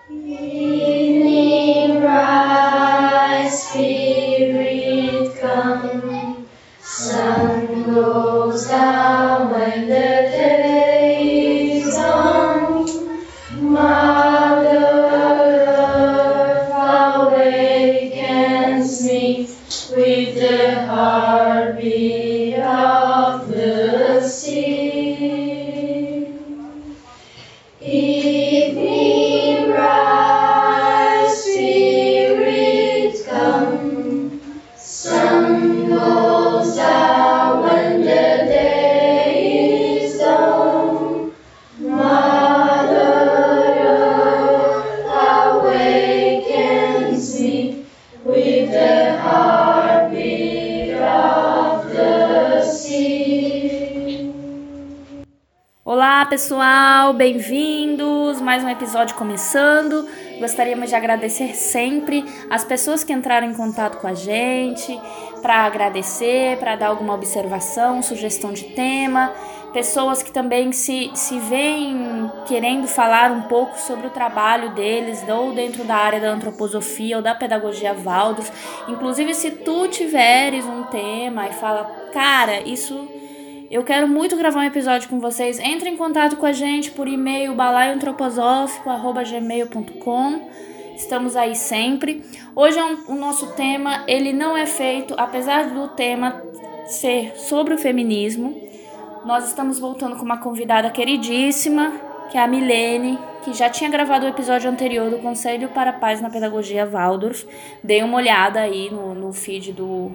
Evening rise, Spirit come, sun goes down when the day is done. Mother Earth awakens me with the heartbeat of the sea. Evening rise, Spirit come, sun goes down when the day is done. Mother Earth awakens me with the heartbeat of the sea. Olá pessoal, bem-vindos, mais um episódio começando. Gostaríamos de agradecer sempre as pessoas que entraram em contato com a gente, para agradecer, para dar alguma observação, sugestão de tema, pessoas que também se veem querendo falar um pouco sobre o trabalho deles, ou dentro da área da antroposofia ou da pedagogia Waldorf. Inclusive, se tu tiveres um tema e fala, cara, eu quero muito gravar um episódio com vocês, entre em contato com a gente por e-mail balaioantroposófico@gmail.com. Estamos aí sempre. Hoje o nosso tema, ele não é feito, apesar do tema ser sobre o feminismo, nós estamos voltando com uma convidada queridíssima, que é a Milene, que já tinha gravado o episódio anterior do Conselho para a Paz na Pedagogia Waldorf. Dei uma olhada aí no feed do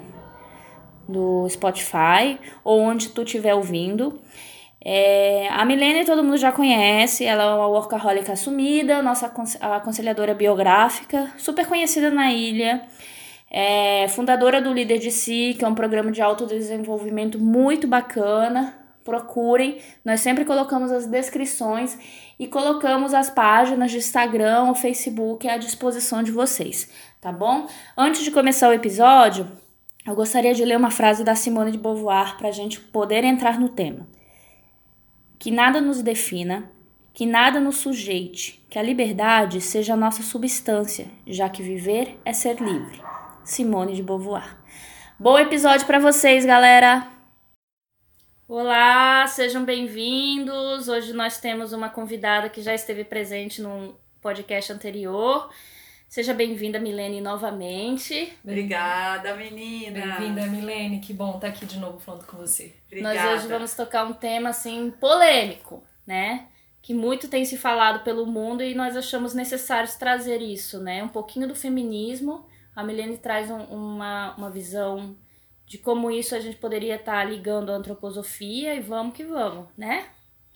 Spotify ou onde tu estiver ouvindo. A Milene todo mundo já conhece, ela é uma workaholic assumida, nossa aconselhadora biográfica, super conhecida na ilha, fundadora do Líder de Si, que é um programa de autodesenvolvimento muito bacana. Procurem, nós sempre colocamos as descrições e colocamos as páginas de Instagram ou Facebook à disposição de vocês, tá bom? Antes de começar o episódio, eu gostaria de ler uma frase da Simone de Beauvoir para a gente poder entrar no tema. Que nada nos defina, que nada nos sujeite, que a liberdade seja a nossa substância, já que viver é ser livre. Simone de Beauvoir. Bom episódio para vocês, galera! Olá, sejam bem-vindos. Hoje nós temos uma convidada que já esteve presente no podcast anterior. Seja bem-vinda, Milene, novamente. Obrigada, menina. Bem-vinda, Milene. Que bom estar aqui de novo falando com você. Obrigada. Nós hoje vamos tocar um tema, assim, polêmico, né? Que muito tem se falado pelo mundo e nós achamos necessário trazer isso, né? Um pouquinho do feminismo. A Milene traz uma visão de como isso a gente poderia estar ligando à antroposofia e vamos que vamos, né?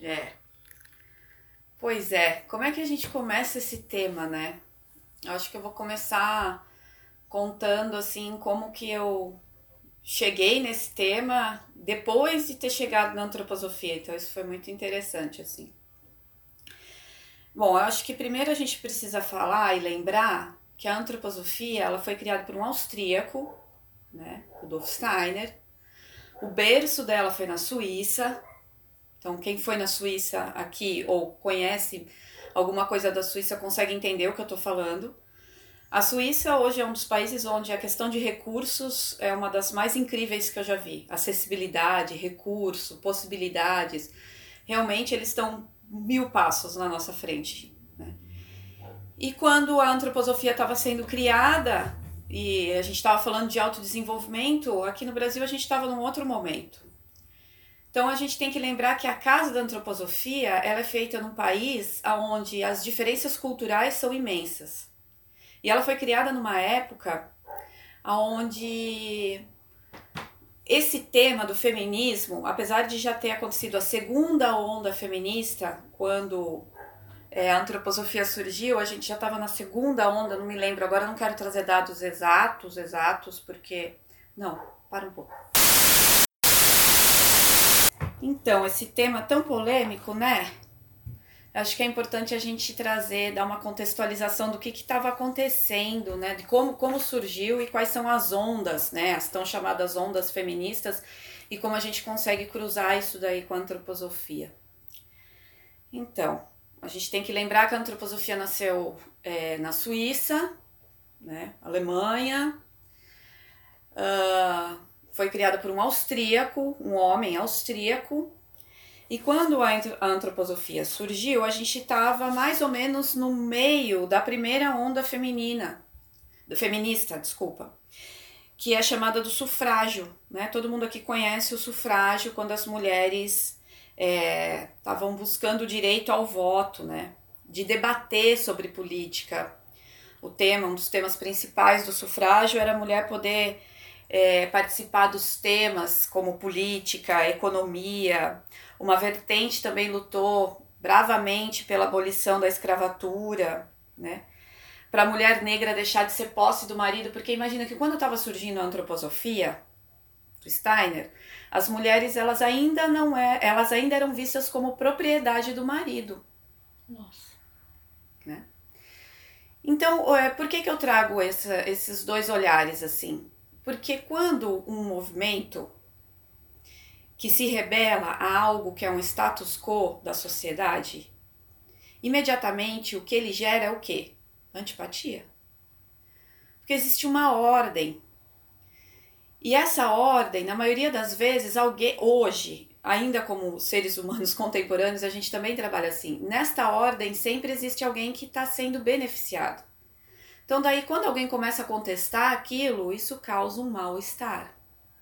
Pois é. Como é que a gente começa esse tema, né? Eu acho que eu vou começar contando, assim, como que eu cheguei nesse tema depois de ter chegado na antroposofia. Então, isso foi muito interessante, assim. Bom, eu acho que primeiro a gente precisa falar e lembrar que a antroposofia, ela foi criada por um austríaco, né, Rudolf Steiner. O berço dela foi na Suíça. Então, quem foi na Suíça aqui ou conhece alguma coisa da Suíça consegue entender o que eu tô falando. A Suíça hoje é um dos países onde a questão de recursos é uma das mais incríveis que eu já vi. Acessibilidade, recurso, possibilidades. Realmente eles estão 1000 passos na nossa frente, né? E quando a antroposofia estava sendo criada e a gente estava falando de autodesenvolvimento, aqui no Brasil a gente estava num outro momento. Então a gente tem que lembrar que a Casa da Antroposofia ela é feita num país onde as diferenças culturais são imensas. E ela foi criada numa época onde esse tema do feminismo, apesar de já ter acontecido a segunda onda feminista, quando a antroposofia surgiu, a gente já estava na segunda onda, não me lembro, agora não quero trazer dados exatos, porque... Não, para um pouco. Então, esse tema tão polêmico, né? Acho que é importante a gente trazer, dar uma contextualização do que estava acontecendo, né? De como surgiu e quais são as ondas, né? As tão chamadas ondas feministas e como a gente consegue cruzar isso daí com a antroposofia. Então, a gente tem que lembrar que a antroposofia nasceu na Suíça, né, Alemanha, foi criada por um austríaco, um homem austríaco, e quando a antroposofia surgiu, a gente estava mais ou menos no meio da primeira onda feminista, que é chamada do sufrágio, né? Todo mundo aqui conhece o sufrágio, quando as mulheres estavam buscando o direito ao voto, né? De debater sobre política. Um dos temas principais do sufrágio era a mulher poder participar dos temas como política, economia. Uma vertente também lutou bravamente pela abolição da escravatura, né? Para a mulher negra deixar de ser posse do marido, porque imagina que quando estava surgindo a antroposofia do Steiner, as mulheres elas ainda eram vistas como propriedade do marido. Nossa. Né? Então, por que eu trago esses dois olhares assim? Porque quando um movimento que se rebela a algo que é um status quo da sociedade, imediatamente o que ele gera é o quê? Antipatia. Porque existe uma ordem. E essa ordem, na maioria das vezes, hoje, ainda como seres humanos contemporâneos, a gente também trabalha assim. Nesta ordem sempre existe alguém que está sendo beneficiado. Então daí quando alguém começa a contestar aquilo, isso causa um mal-estar.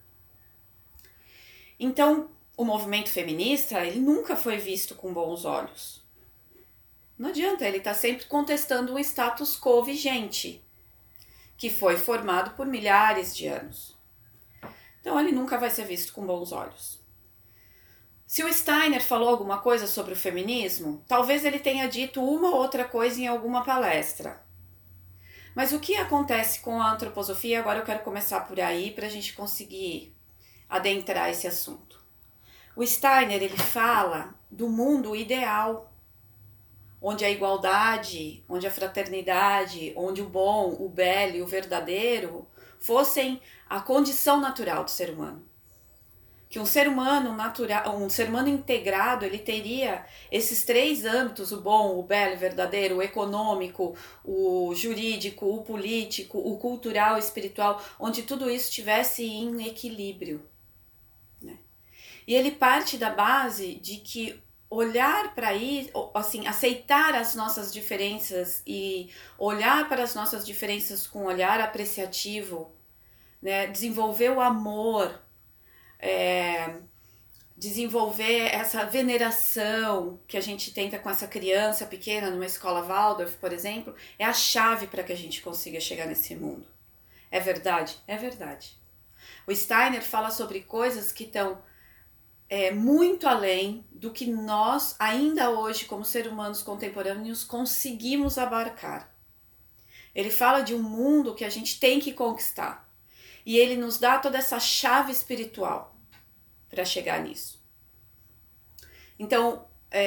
Então o movimento feminista, ele nunca foi visto com bons olhos. Não adianta, ele está sempre contestando um status quo vigente, que foi formado por milhares de anos. Então ele nunca vai ser visto com bons olhos. Se o Steiner falou alguma coisa sobre o feminismo, talvez ele tenha dito uma ou outra coisa em alguma palestra. Mas o que acontece com a antroposofia, agora eu quero começar por aí para a gente conseguir adentrar esse assunto. O Steiner, ele fala do mundo ideal, onde a igualdade, onde a fraternidade, onde o bom, o belo e o verdadeiro fossem a condição natural do ser humano. Que um ser humano natural, um ser humano integrado, ele teria esses três âmbitos, o bom, o belo, o verdadeiro, o econômico, o jurídico, o político, o cultural, o espiritual, onde tudo isso estivesse em equilíbrio. Né? E ele parte da base de que olhar para isso, assim, aceitar as nossas diferenças e olhar para as nossas diferenças com um olhar apreciativo, né? Desenvolver o amor, desenvolver essa veneração que a gente tenta com essa criança pequena numa escola Waldorf, por exemplo, é a chave para que a gente consiga chegar nesse mundo. É verdade? É verdade. O Steiner fala sobre coisas que estão muito além do que nós, ainda hoje, como seres humanos contemporâneos, conseguimos abarcar. Ele fala de um mundo que a gente tem que conquistar. E ele nos dá toda essa chave espiritual para chegar nisso. Então,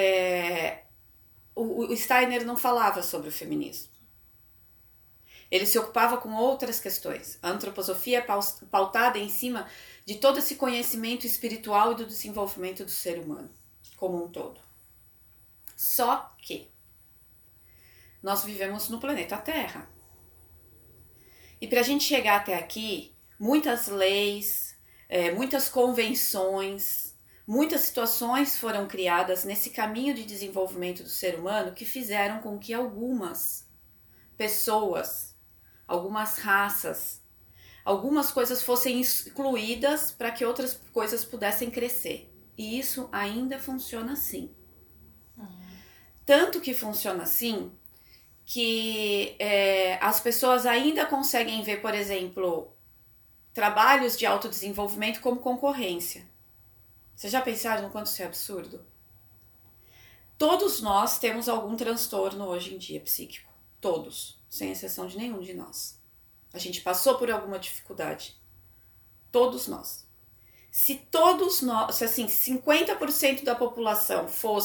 o Steiner não falava sobre o feminismo. Ele se ocupava com outras questões. A antroposofia é pautada em cima de todo esse conhecimento espiritual e do desenvolvimento do ser humano como um todo. Só que nós vivemos no planeta Terra. E para a gente chegar até aqui, muitas leis, muitas convenções, muitas situações foram criadas nesse caminho de desenvolvimento do ser humano que fizeram com que algumas pessoas, algumas raças, algumas coisas fossem excluídas para que outras coisas pudessem crescer. E isso ainda funciona assim. Tanto que funciona assim que as pessoas ainda conseguem ver, por exemplo, trabalhos de autodesenvolvimento como concorrência. Vocês já pensaram no quanto isso é absurdo? Todos nós temos algum transtorno hoje em dia psíquico. Todos, sem exceção de nenhum de nós. A gente passou por alguma dificuldade. Todos nós. Se todos nós, se assim, 50% da população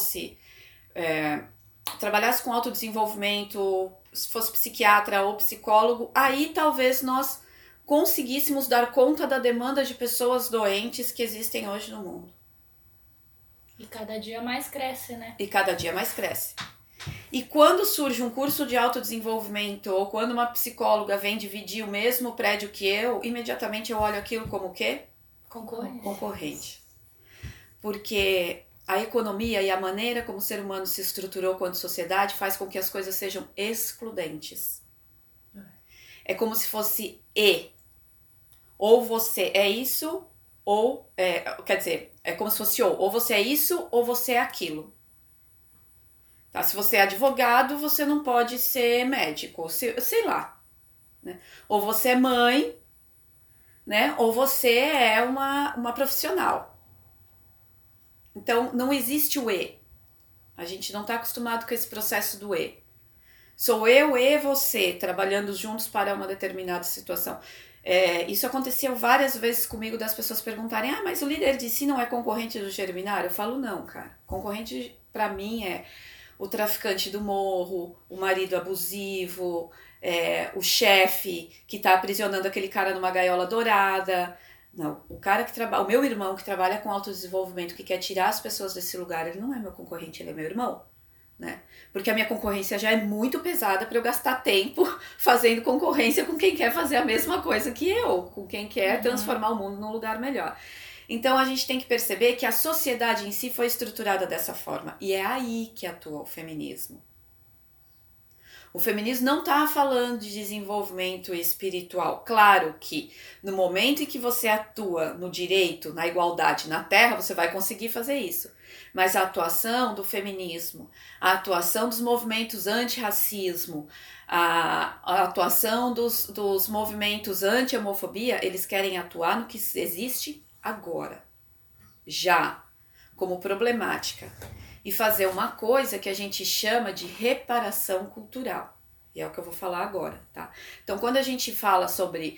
trabalhasse com autodesenvolvimento, fosse psiquiatra ou psicólogo, aí talvez nós conseguíssemos dar conta da demanda de pessoas doentes que existem hoje no mundo. E cada dia mais cresce, né? E cada dia mais cresce. E quando surge um curso de autodesenvolvimento ou quando uma psicóloga vem dividir o mesmo prédio que eu, imediatamente eu olho aquilo como o quê? Concorrente. Porque a economia e a maneira como o ser humano se estruturou quanto sociedade faz com que as coisas sejam excludentes. É como se fosse ou você é isso, ou... quer dizer, é como se fosse ou você é isso, ou você é aquilo. Tá? Se você é advogado, você não pode ser médico, sei lá. Né? Ou você é mãe, né? Ou você é uma profissional. Então, não existe o E. A gente não está acostumado com esse processo do E. Sou eu e você, trabalhando juntos para uma determinada situação. Isso aconteceu várias vezes comigo, das pessoas perguntarem, mas o líder de si não é concorrente do Germinário? Eu falo, não, cara. Concorrente, para mim, é o traficante do morro, o marido abusivo, o chefe que está aprisionando aquele cara numa gaiola dourada. Não, o meu irmão que trabalha com autodesenvolvimento, que quer tirar as pessoas desse lugar, ele não é meu concorrente, ele é meu irmão. Né? Porque a minha concorrência já é muito pesada para eu gastar tempo fazendo concorrência com quem quer fazer a mesma coisa que eu, com quem quer transformar o mundo num lugar melhor. Então a gente tem que perceber que a sociedade em si foi estruturada dessa forma, e é aí que atua o feminismo. O feminismo não está falando de desenvolvimento espiritual. Claro que no momento em que você atua no direito, na igualdade, na terra, você vai conseguir fazer isso. Mas a atuação do feminismo, a atuação dos movimentos antirracismo, a atuação dos movimentos anti-homofobia, eles querem atuar no que existe agora, já, como problemática. E fazer uma coisa que a gente chama de reparação cultural. E é o que eu vou falar agora, tá? Então, quando a gente fala sobre...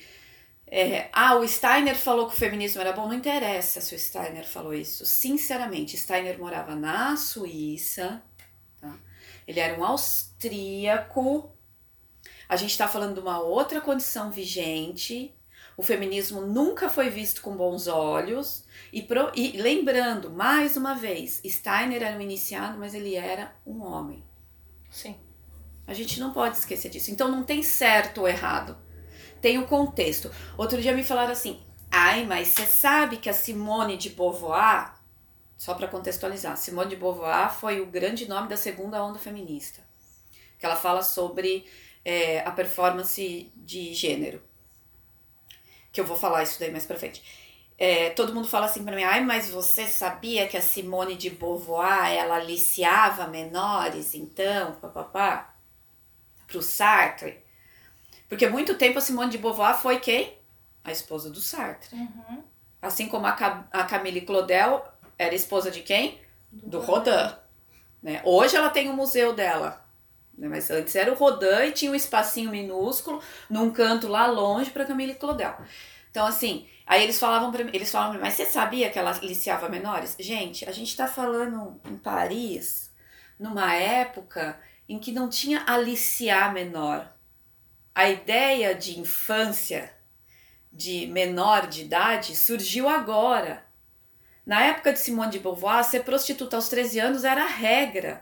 o Steiner falou que o feminismo era bom, não interessa se o Steiner falou isso. Sinceramente, Steiner morava na Suíça, tá? Ele era um austríaco. A gente está falando de uma outra condição vigente. O feminismo nunca foi visto com bons olhos. E lembrando, mais uma vez, Steiner era um iniciado, mas ele era um homem. Sim. A gente não pode esquecer disso. Então não tem certo ou errado. Tem o contexto. Outro dia me falaram assim, mas você sabe que a Simone de Beauvoir, só para contextualizar, Simone de Beauvoir foi o grande nome da segunda onda feminista. Que ela fala sobre a performance de gênero. Que eu vou falar isso daí mais pra frente. Todo mundo fala assim pra mim, mas você sabia que a Simone de Beauvoir, ela aliciava menores, então, papapá, pro Sartre? Porque muito tempo a Simone de Beauvoir foi quem? A esposa do Sartre. Uhum. Assim como a Camille Claudel era esposa de quem? Do Rodin. Né? Hoje ela tem um museu dela. Né? Mas antes era o Rodin e tinha um espacinho minúsculo num canto lá longe pra Camille Claudel. Então, assim, aí eles falavam pra mim, mas você sabia que ela aliciava menores? Gente, a gente tá falando em Paris, numa época em que não tinha aliciar menor. A ideia de infância, de menor de idade, surgiu agora. Na época de Simone de Beauvoir, ser prostituta aos 13 anos era a regra.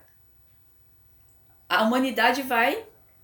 A humanidade vai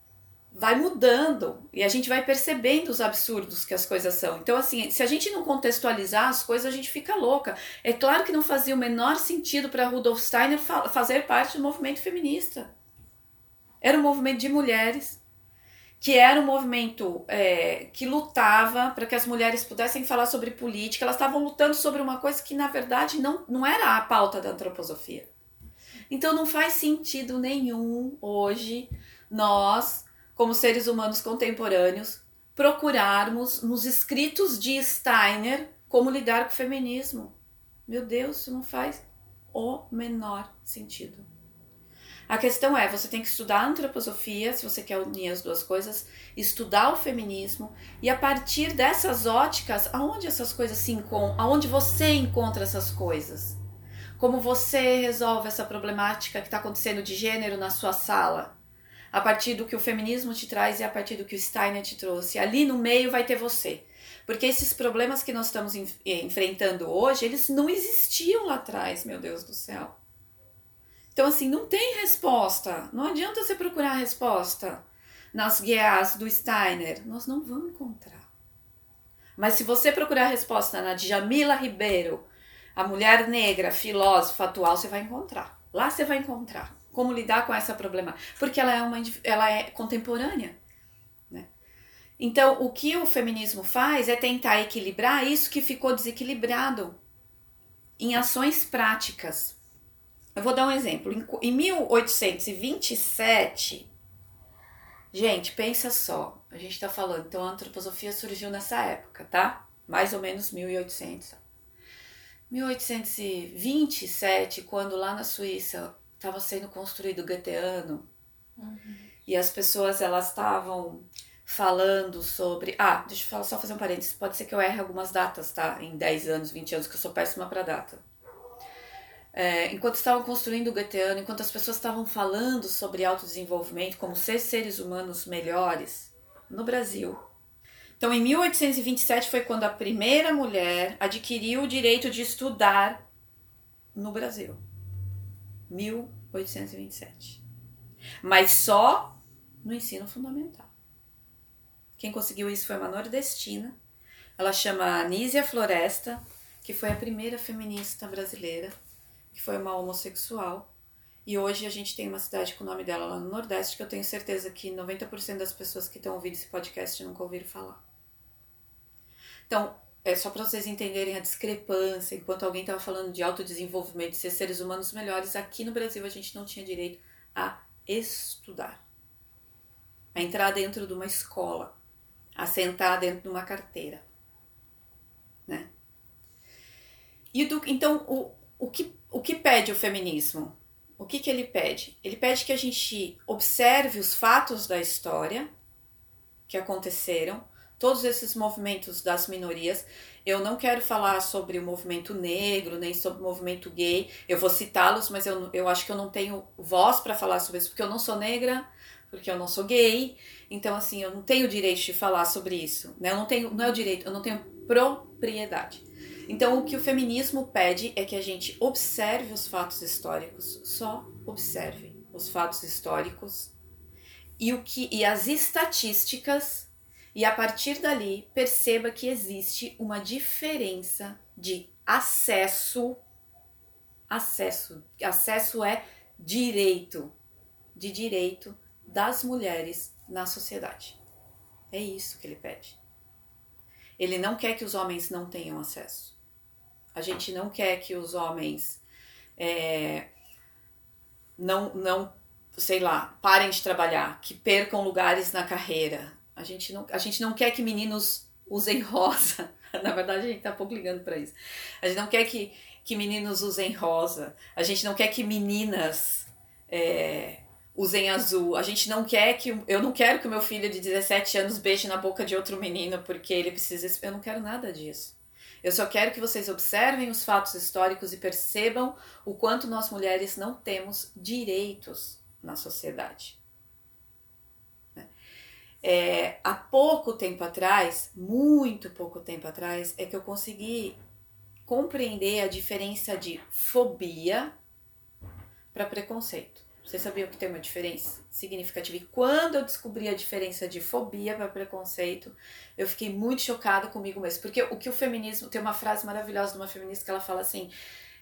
mudando e a gente vai percebendo os absurdos que as coisas são. Então, assim, se a gente não contextualizar as coisas, a gente fica louca. É claro que não fazia o menor sentido para Rudolf Steiner fazer parte do movimento feminista. Era um movimento de mulheres, que era um movimento que lutava para que as mulheres pudessem falar sobre política. Elas estavam lutando sobre uma coisa que, na verdade, não era a pauta da antroposofia. Então, não faz sentido nenhum hoje nós, como seres humanos contemporâneos, procurarmos nos escritos de Steiner como lidar com o feminismo. Meu Deus, isso não faz o menor sentido. A questão é, você tem que estudar a antroposofia, se você quer unir as duas coisas, estudar o feminismo, e a partir dessas óticas, aonde essas coisas se encontram, aonde você encontra essas coisas? Como você resolve essa problemática que está acontecendo de gênero na sua sala? A partir do que o feminismo te traz e a partir do que o Steiner te trouxe. Ali no meio vai ter você. Porque esses problemas que nós estamos enfrentando hoje, eles não existiam lá atrás, meu Deus do céu. Então, assim, não tem resposta. Não adianta você procurar resposta nas guias do Steiner. Nós não vamos encontrar. Mas se você procurar resposta na Djamila Ribeiro, a mulher negra, filósofa atual, você vai encontrar. Lá você vai encontrar como lidar com essa problema. Porque ela é contemporânea. Né? Então, o que o feminismo faz é tentar equilibrar isso que ficou desequilibrado em ações práticas. Eu vou dar um exemplo. Em 1827, gente, pensa só. A gente tá falando, então a antroposofia surgiu nessa época, tá? Mais ou menos 1800. 1827, quando lá na Suíça estava sendo construído o Goetheano, e as pessoas elas estavam falando sobre... deixa eu só fazer um parênteses. Pode ser que eu erre algumas datas, tá? Em 10 anos, 20 anos, que eu sou péssima para data. Enquanto estavam construindo o Goetheano, enquanto as pessoas estavam falando sobre autodesenvolvimento, como ser seres humanos melhores, no Brasil. Então, em 1827 foi quando a primeira mulher adquiriu o direito de estudar no Brasil. 1827. Mas só no ensino fundamental. Quem conseguiu isso foi uma nordestina. Ela chama Anísia Floresta, que foi a primeira feminista brasileira, que foi uma homossexual. E hoje a gente tem uma cidade com o nome dela lá no Nordeste, que eu tenho certeza que 90% das pessoas que estão ouvindo esse podcast nunca ouviram falar. Então, é só para vocês entenderem a discrepância. Enquanto alguém estava falando de autodesenvolvimento, de ser seres humanos melhores, aqui no Brasil a gente não tinha direito a estudar. A entrar dentro de uma escola. A sentar dentro de uma carteira. Né? Então, o que pede o feminismo? O que ele pede? Ele pede que a gente observe os fatos da história que aconteceram, todos esses movimentos das minorias. Eu não quero falar sobre o movimento negro, nem sobre o movimento gay. Eu vou citá-los, mas eu acho que eu não tenho voz para falar sobre isso, porque eu não sou negra, porque eu não sou gay. Então, assim, eu não tenho direito de falar sobre isso. Né? Não é o direito, eu não tenho propriedade. Então, o que o feminismo pede é que a gente observe os fatos históricos, só observe os fatos históricos e as estatísticas, e a partir dali perceba que existe uma diferença de acesso. Acesso é direito das mulheres na sociedade. É isso que ele pede. Ele não quer que os homens não tenham acesso. A gente não quer que os homens não, sei lá, parem de trabalhar, que percam lugares na carreira. A gente não quer que meninos usem rosa. Na verdade, a gente tá pouco ligando para isso. A gente não quer que meninos usem rosa. A gente não quer que meninas usem azul. A gente não quer eu não quero que o meu filho de 17 anos beije na boca de outro menino porque ele precisa... Eu não quero nada disso. Eu só quero que vocês observem os fatos históricos e percebam o quanto nós mulheres não temos direitos na sociedade. Há pouco tempo atrás, muito pouco tempo atrás, é que eu consegui compreender a diferença de fobia para preconceito. Vocês sabiam que tem uma diferença significativa? E quando eu descobri a diferença de fobia para preconceito, eu fiquei muito chocada comigo mesma. Porque o que o feminismo... Tem uma frase maravilhosa de uma feminista que ela fala assim...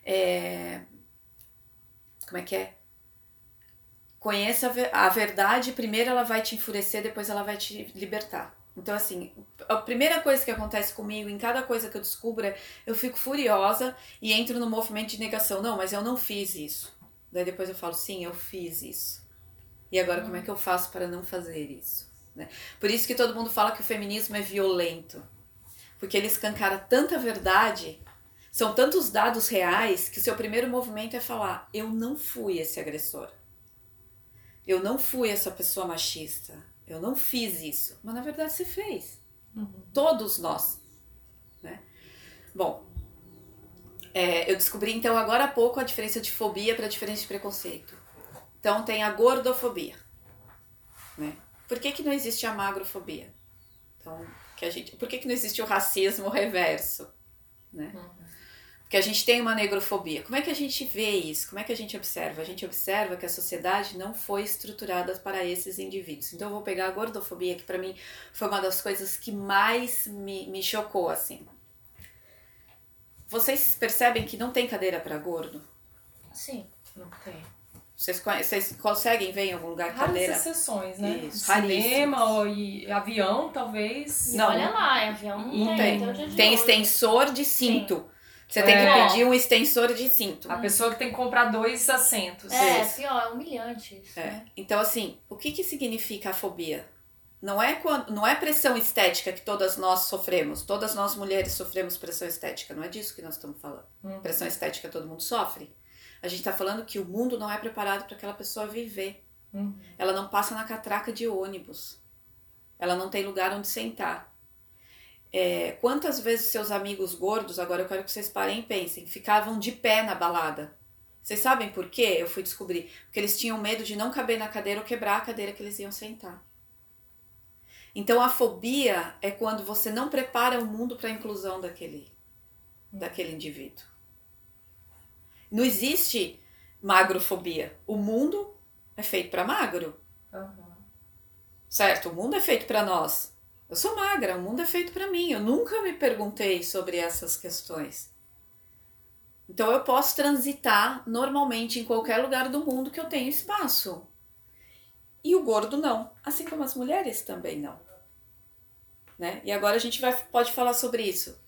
como é que é? Conheça a verdade, primeiro ela vai te enfurecer, depois ela vai te libertar. Então, assim, a primeira coisa que acontece comigo, em cada coisa que eu descubro, eu fico furiosa e entro no movimento de negação. Não, mas eu não fiz isso. Daí depois eu falo, sim, eu fiz isso. E agora como é que eu faço para não fazer isso? Né? Por isso que todo mundo fala que o feminismo é violento. Porque ele escancara tanta verdade, são tantos dados reais, que o seu primeiro movimento é falar, eu não fui esse agressor. Eu não fui essa pessoa machista. Eu não fiz isso. Mas na verdade você fez. Todos nós. Né? Bom, eu descobri então agora há pouco a diferença de fobia para a diferença de preconceito. Então tem a gordofobia. Né? Por que não existe a magrofobia? Então, por que não existe o racismo reverso? Né? Porque a gente tem uma negrofobia. Como é que a gente vê isso? Como é que a gente observa? A gente observa que a sociedade não foi estruturada para esses indivíduos. Então eu vou pegar a gordofobia, que para mim foi uma das coisas que mais me chocou, assim. Vocês percebem que não tem cadeira para gordo? Sim. Não tem. Vocês conseguem ver em algum lugar Raras cadeira? exceções, né? Isso, Cinema e avião, talvez. E Não. olha lá, avião Não tem. até o dia de Tem hoje. extensor de cinto. Você tem que pedir um extensor de cinto. A pessoa que tem que comprar 2 assentos. É, Isso. pior, é humilhante isso, É. né? Então, assim, o que significa a fobia? Não é pressão estética que todas nós sofremos. Todas nós mulheres sofremos pressão estética. Não é disso que nós estamos falando. Pressão estética todo mundo sofre. A gente está falando que o mundo não é preparado para aquela pessoa viver. Ela não passa na catraca de ônibus. Ela não tem lugar onde sentar. Quantas vezes seus amigos gordos, agora eu quero que vocês parem e pensem, ficavam de pé na balada? Vocês sabem por quê? Eu fui descobrir. Porque eles tinham medo de não caber na cadeira ou quebrar a cadeira que eles iam sentar. Então a fobia é quando você não prepara o mundo para a inclusão daquele indivíduo. Não existe magrofobia. O mundo é feito para magro. Certo? O mundo é feito para nós. Eu sou magra, o mundo é feito para mim. Eu nunca me perguntei sobre essas questões. Então eu posso transitar normalmente em qualquer lugar do mundo que eu tenha espaço. E o gordo não. Assim como as mulheres também não. Né? E agora a gente pode falar sobre isso.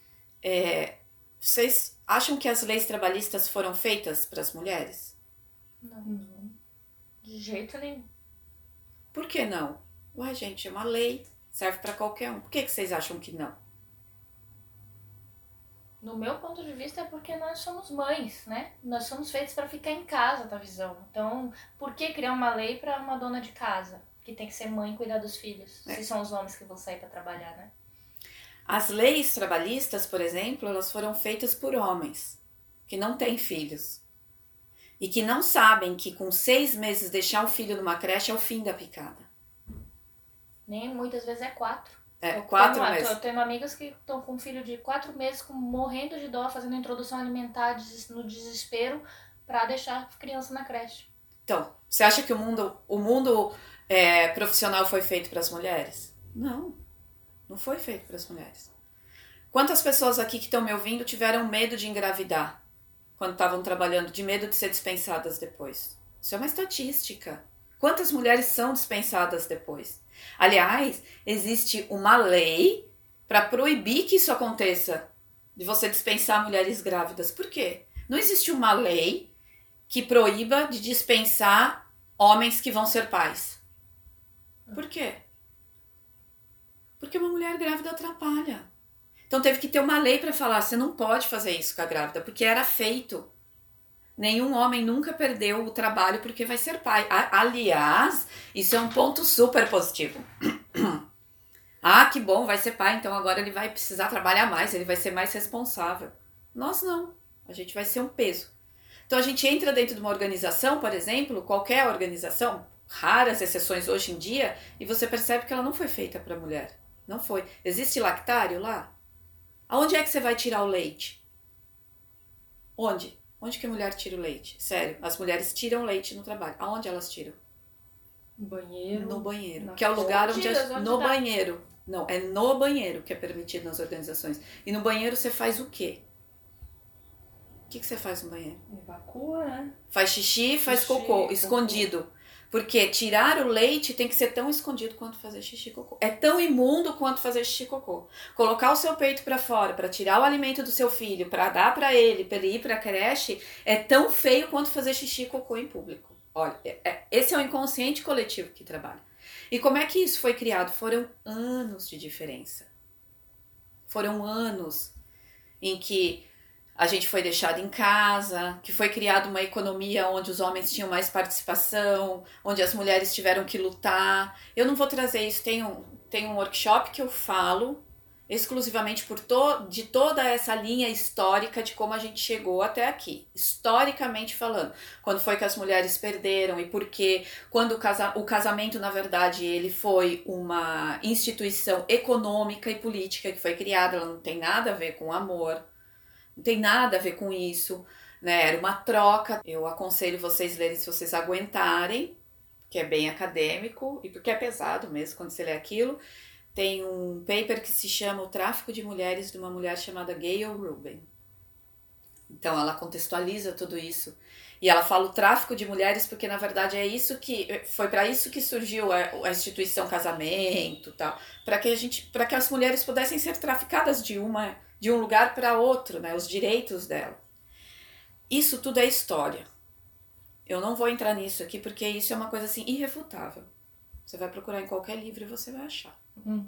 Vocês acham que as leis trabalhistas foram feitas para as mulheres? Não. De jeito nenhum. Por que não? Ué, gente, é uma lei. Serve para qualquer um. Por que vocês acham que não? No meu ponto de vista é porque nós somos mães, né? Nós somos feitos para ficar em casa, tá visão? Então, por que criar uma lei para uma dona de casa? Que tem que ser mãe e cuidar dos filhos. Se são os homens que vão sair para trabalhar, né? As leis trabalhistas, por exemplo, elas foram feitas por homens que não têm filhos. E que não sabem que com 6 meses deixar o filho numa creche é o fim da picada. Nem muitas vezes é 4. 4 meses. Eu tenho amigas que estão com um filho de 4 meses, morrendo de dó, fazendo introdução alimentar no desespero para deixar a criança na creche. Então, você acha que o mundo profissional foi feito para as mulheres? Não foi feito para as mulheres. Quantas pessoas aqui que estão me ouvindo tiveram medo de engravidar quando estavam trabalhando, de medo de ser dispensadas depois? Isso é uma estatística. Quantas mulheres são dispensadas depois? Aliás, existe uma lei para proibir que isso aconteça, de você dispensar mulheres grávidas. Por quê? Não existe uma lei que proíba de dispensar homens que vão ser pais. Por quê? Porque uma mulher grávida atrapalha. Então teve que ter uma lei para falar, você não pode fazer isso com a grávida, porque era feito. Nenhum homem nunca perdeu o trabalho porque vai ser pai. Aliás, isso é um ponto super positivo. Que bom, vai ser pai, então agora ele vai precisar trabalhar mais, ele vai ser mais responsável. Nós não, a gente vai ser um peso. Então a gente entra dentro de uma organização, por exemplo, qualquer organização, raras exceções hoje em dia, e você percebe que ela não foi feita para mulher. Não foi. Existe lactário lá? Aonde é que você vai tirar o leite? Onde? Onde que a mulher tira o leite? Sério, as mulheres tiram leite no trabalho. Aonde elas tiram? No banheiro. No banheiro. Que é o lugar onde... No dá. banheiro. Não, é no banheiro que é permitido nas organizações. E no banheiro você faz o quê? O que você faz no banheiro? Evacua, né? Faz xixi, faz cocô, escondido. Porque tirar o leite tem que ser tão escondido quanto fazer xixi e cocô. É tão imundo quanto fazer xixi e cocô. Colocar o seu peito pra fora, pra tirar o alimento do seu filho, pra dar pra ele ir pra creche, é tão feio quanto fazer xixi e cocô em público. Olha, esse é o inconsciente coletivo que trabalha. E como é que isso foi criado? Foram anos de diferença. Foram anos em que a gente foi deixado em casa, que foi criada uma economia onde os homens tinham mais participação, onde as mulheres tiveram que lutar. Eu não vou trazer isso, tem um workshop que eu falo exclusivamente de toda essa linha histórica de como a gente chegou até aqui, historicamente falando. Quando foi que as mulheres perderam e por quê? Quando o casamento, na verdade, ele foi uma instituição econômica e política que foi criada, ela não tem nada a ver com amor. Não tem nada a ver com isso, né? Era uma troca. Eu aconselho vocês lerem se vocês aguentarem, que é bem acadêmico e porque é pesado mesmo quando você lê aquilo. Tem um paper que se chama O Tráfico de Mulheres, de uma mulher chamada Gayle Rubin. Então ela contextualiza tudo isso. E ela fala o tráfico de mulheres porque na verdade é isso que foi para isso que surgiu a instituição casamento, tal, para que as mulheres pudessem ser traficadas de um lugar para outro, né, os direitos dela. Isso tudo é história. Eu não vou entrar nisso aqui porque isso é uma coisa assim irrefutável. Você vai procurar em qualquer livro e você vai achar.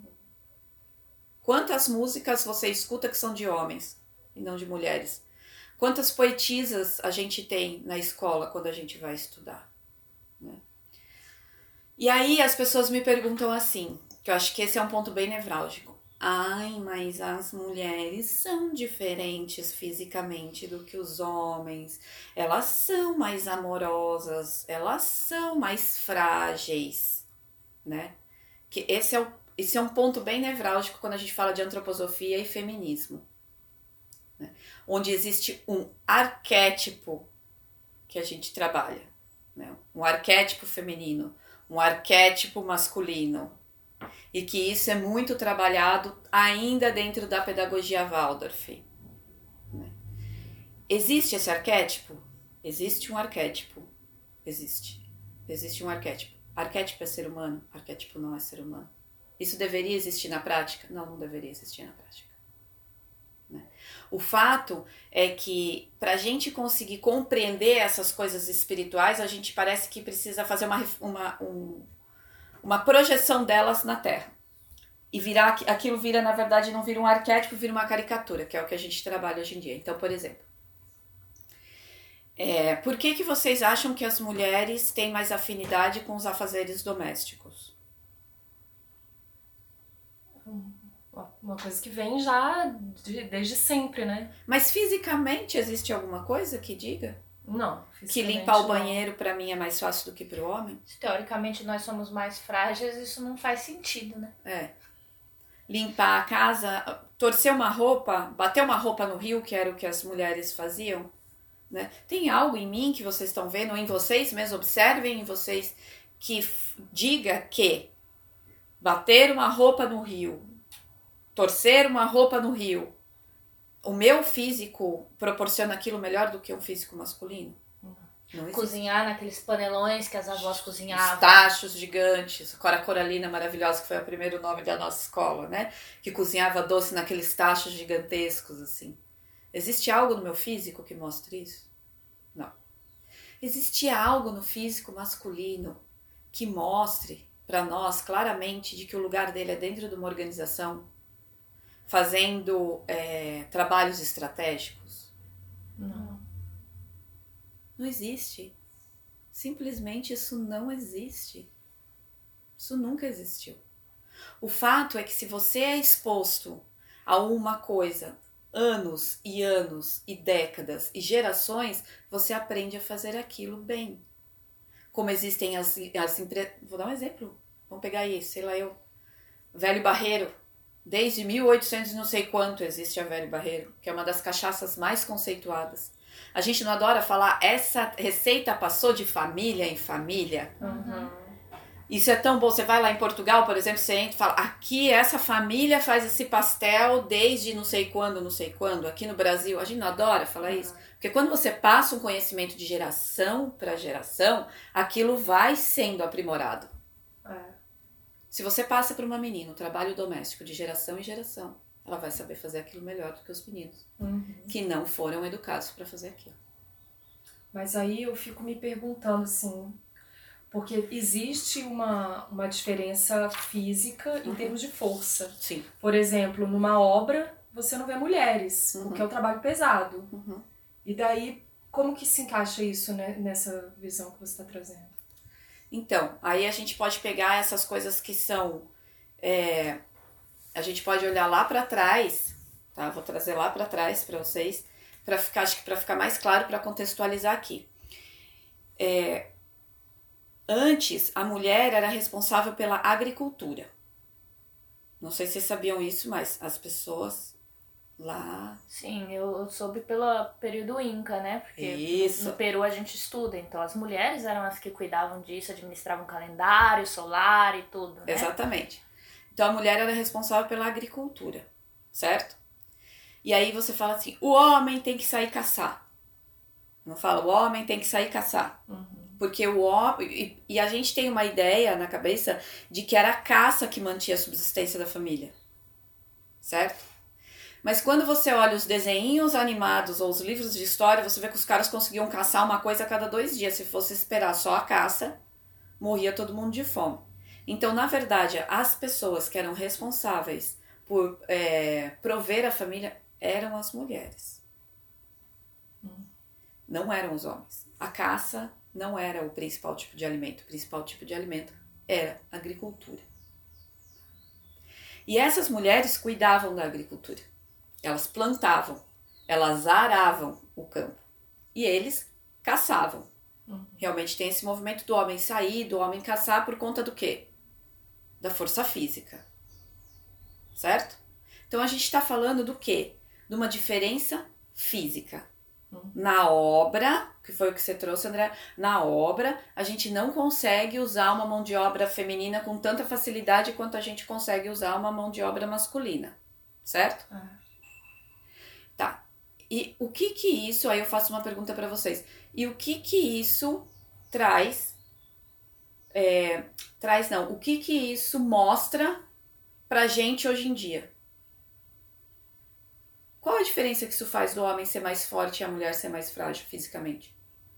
Quantas músicas você escuta que são de homens e não de mulheres? Quantas poetisas a gente tem na escola quando a gente vai estudar, né? E aí as pessoas me perguntam assim, que eu acho que esse é um ponto bem nevrálgico. Ai, mas as mulheres são diferentes fisicamente do que os homens. Elas são mais amorosas, elas são mais frágeis, né? Que esse é um ponto bem nevrálgico quando a gente fala de antroposofia e feminismo. Né? Onde existe um arquétipo que a gente trabalha, né? Um arquétipo feminino, um arquétipo masculino, e que isso é muito trabalhado ainda dentro da pedagogia Waldorf, né? Existe esse arquétipo? Existe um arquétipo. Existe um arquétipo. Arquétipo é ser humano, arquétipo não é ser humano. Isso deveria existir na prática? Não, não deveria existir na prática. O fato é que para a gente conseguir compreender essas coisas espirituais, a gente parece que precisa fazer uma projeção delas na Terra. E aquilo vira, na verdade, não vira um arquétipo, vira uma caricatura, que é o que a gente trabalha hoje em dia. Então, por exemplo, por que vocês acham que as mulheres têm mais afinidade com os afazeres domésticos? Uma coisa que vem já desde sempre, né? Mas fisicamente existe alguma coisa que diga? Não. Que limpar o banheiro pra mim é mais fácil do que pro homem? Teoricamente nós somos mais frágeis, isso não faz sentido, né? Limpar a casa, torcer uma roupa, bater uma roupa no rio, que era o que as mulheres faziam, né? Tem algo em mim que vocês estão vendo, ou em vocês mesmo, observem em vocês, que diga que bater uma roupa no rio, torcer uma roupa no rio, o meu físico proporciona aquilo melhor do que um físico masculino? Não existe. Cozinhar naqueles panelões que as avós cozinhavam. Os tachos gigantes, a Coralina maravilhosa, que foi o primeiro nome da nossa escola, né? Que cozinhava doce naqueles tachos gigantescos, assim. Existe algo no meu físico que mostre isso? Não. Existe algo no físico masculino que mostre para nós claramente de que o lugar dele é dentro de uma organização, fazendo trabalhos estratégicos? Não. Não existe. Simplesmente isso não existe. Isso nunca existiu. O fato é que se você é exposto a uma coisa anos e anos e décadas e gerações, você aprende a fazer aquilo bem. Como existem as empresas... Vou dar um exemplo. Vamos pegar aí, sei lá eu. Velho Barreiro. Desde 1800 não sei quanto existe a Velho Barreiro, que é uma das cachaças mais conceituadas. A gente não adora falar, essa receita passou de família em família? Uhum. Isso é tão bom. Você vai lá em Portugal, por exemplo, você entra e fala, aqui essa família faz esse pastel desde não sei quando, não sei quando. Aqui no Brasil, a gente não adora falar isso. Porque quando você passa um conhecimento de geração para geração, aquilo vai sendo aprimorado. Se você passa para uma menina um trabalho doméstico de geração em geração, ela vai saber fazer aquilo melhor do que os meninos, que não foram educados para fazer aquilo. Mas aí eu fico me perguntando assim, porque existe uma diferença física em termos de força. Sim. Por exemplo, numa obra você não vê mulheres, porque é um trabalho pesado. E daí, como que se encaixa isso, né, nessa visão que você está trazendo? Então, aí a gente pode pegar essas coisas que são... a gente pode olhar lá para trás, tá? Vou trazer lá para trás para vocês, acho que para ficar mais claro, para contextualizar aqui. Antes, a mulher era responsável pela agricultura. Não sei se vocês sabiam isso, mas as pessoas Lá. Sim, eu soube pelo período Inca, né? Porque Isso. no Peru a gente estuda, então as mulheres eram as que cuidavam disso, administravam calendário solar e tudo, né? Exatamente. Então a mulher era responsável pela agricultura, certo? E aí você fala assim, o homem tem que sair caçar. Não fala, o homem tem que sair caçar. Porque o homem... E a gente tem uma ideia na cabeça de que era a caça que mantinha a subsistência da família. Certo? Mas quando você olha os desenhinhos animados ou os livros de história, você vê que os caras conseguiam caçar uma coisa a cada 2 dias. Se fosse esperar só a caça, morria todo mundo de fome. Então, na verdade, as pessoas que eram responsáveis por prover a família eram as mulheres. Não eram os homens. A caça não era o principal tipo de alimento. O principal tipo de alimento era a agricultura. E essas mulheres cuidavam da agricultura. Elas plantavam, elas aravam o campo. E eles caçavam. Realmente tem esse movimento do homem sair, do homem caçar por conta do quê? Da força física. Certo? Então a gente está falando do quê? De uma diferença física. Na obra, que foi o que você trouxe, André, na obra a gente não consegue usar uma mão de obra feminina com tanta facilidade quanto a gente consegue usar uma mão de obra masculina. Certo? Tá. E o que isso, aí eu faço uma pergunta para vocês, e o que isso traz, o que isso mostra pra gente hoje em dia? Qual a diferença que isso faz do homem ser mais forte e a mulher ser mais frágil fisicamente?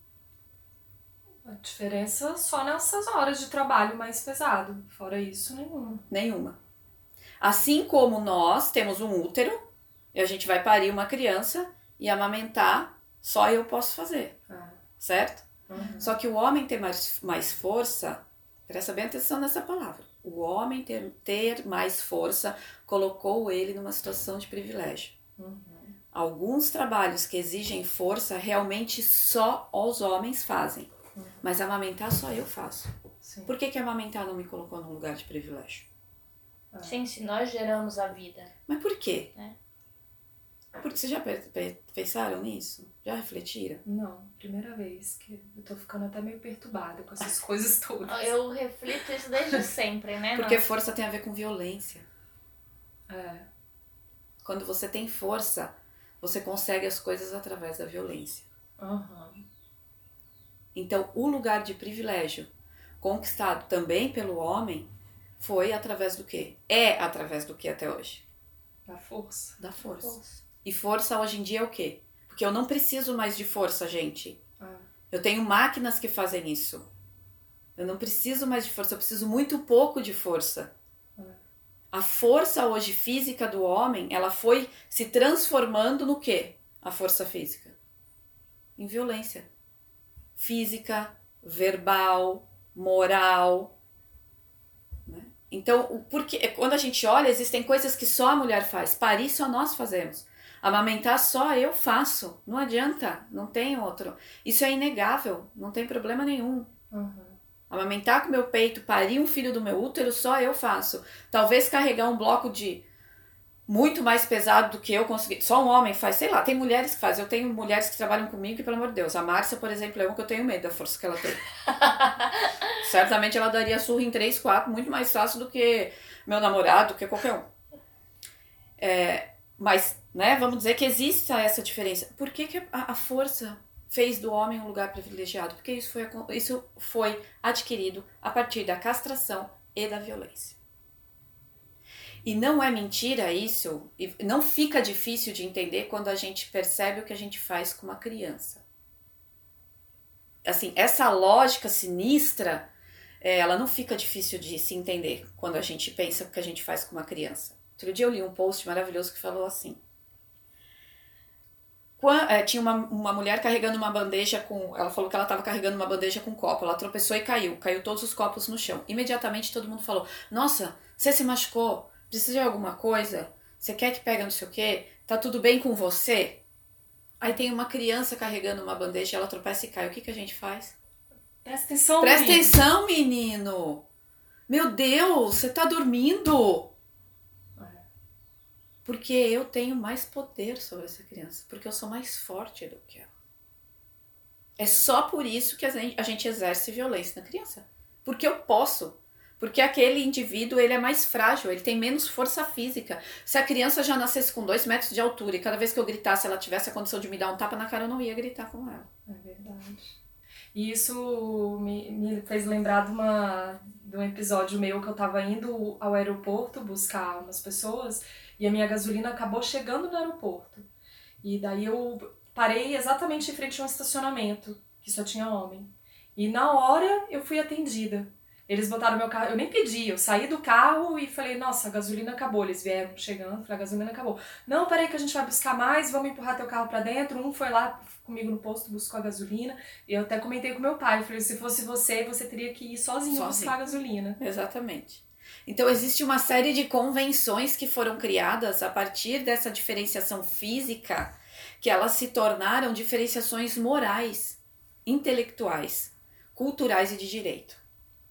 A diferença só nessas horas de trabalho mais pesado. Fora isso, nenhuma. Nenhuma. Assim como nós temos um útero, e a gente vai parir uma criança e amamentar, só eu posso fazer. Certo? Só que o homem ter mais força, presta bem atenção nessa palavra, o homem ter mais força colocou ele numa situação de privilégio. Alguns trabalhos que exigem força realmente só os homens fazem, mas amamentar só eu faço. Sim. Por que amamentar não me colocou num lugar de privilégio? Sim, se nós geramos a vida. Mas por quê? Porque vocês já pensaram nisso? Já refletiram? Não, primeira vez que eu tô ficando até meio perturbada com essas coisas todas. Eu reflito isso desde sempre, né? Porque força tem a ver com violência. É. Quando você tem força, você consegue as coisas através da violência. Então, o lugar de privilégio conquistado também pelo homem foi através do quê? É através do quê até hoje? Da força. Da força. E força hoje em dia é o quê? Porque eu não preciso mais de força, gente. Eu tenho máquinas que fazem isso. Eu não preciso mais de força, eu preciso muito pouco de força. A força hoje física do homem, ela foi se transformando no quê? A força física? Em violência. Física, verbal, moral. Né? Então, porque quando a gente olha, existem coisas que só a mulher faz. Parir só nós fazemos. Amamentar só eu faço. Não adianta, não tem outro. Isso é inegável, não tem problema nenhum. Amamentar com meu peito, parir um filho do meu útero, só eu faço. Talvez carregar um bloco de muito mais pesado do que eu consegui. Só um homem faz, sei lá, tem mulheres que fazem. Eu tenho mulheres que trabalham comigo que, pelo amor de Deus, a Márcia, por exemplo, é uma que eu tenho medo da força que ela tem. Certamente ela daria surra em 3, 4, muito mais fácil do que meu namorado, do que qualquer um. Mas, né, vamos dizer que existe essa diferença. Por que a força fez do homem um lugar privilegiado? Porque isso foi adquirido a partir da castração e da violência. E não é mentira isso, e não fica difícil de entender quando a gente percebe o que a gente faz com uma criança. Assim, essa lógica sinistra, ela não fica difícil de se entender quando a gente pensa o que a gente faz com uma criança. Outro dia eu li um post maravilhoso que falou assim. Tinha uma mulher carregando uma bandeja com... Ela falou que ela estava carregando uma bandeja com copo. Ela tropeçou e caiu. Caiu todos os copos no chão. Imediatamente todo mundo falou: nossa, você se machucou? Precisa de alguma coisa? Você quer que pegue não sei o quê? Tá tudo bem com você? Aí tem uma criança carregando uma bandeja, ela tropeça e cai. O que a gente faz? Presta atenção, Presta atenção, menino! Meu Deus, você tá dormindo! Porque eu tenho mais poder sobre essa criança, porque eu sou mais forte do que ela. É só por isso que a gente exerce violência na criança. Porque eu posso. Porque aquele indivíduo, ele é mais frágil, ele tem menos força física. Se a criança já nascesse com 2 metros de altura e cada vez que eu gritasse ela tivesse a condição de me dar um tapa na cara, eu não ia gritar com ela. É verdade. E isso me fez lembrar de um episódio meu que eu tava indo ao aeroporto buscar umas pessoas e a minha gasolina acabou chegando no aeroporto. E daí eu parei exatamente em frente a um estacionamento, que só tinha homem. E na hora eu fui atendida. Eles botaram meu carro, eu nem pedi, eu saí do carro e falei, nossa, a gasolina acabou. Eles vieram chegando, falei, a gasolina acabou. Não, peraí que a gente vai buscar mais, vamos empurrar teu carro pra dentro. Um foi lá comigo no posto, buscou a gasolina. E eu até comentei com meu pai, eu falei, se fosse você teria que ir sozinho buscar a gasolina. Exatamente. Então existe uma série de convenções que foram criadas a partir dessa diferenciação física, que elas se tornaram diferenciações morais, intelectuais, culturais e de direito.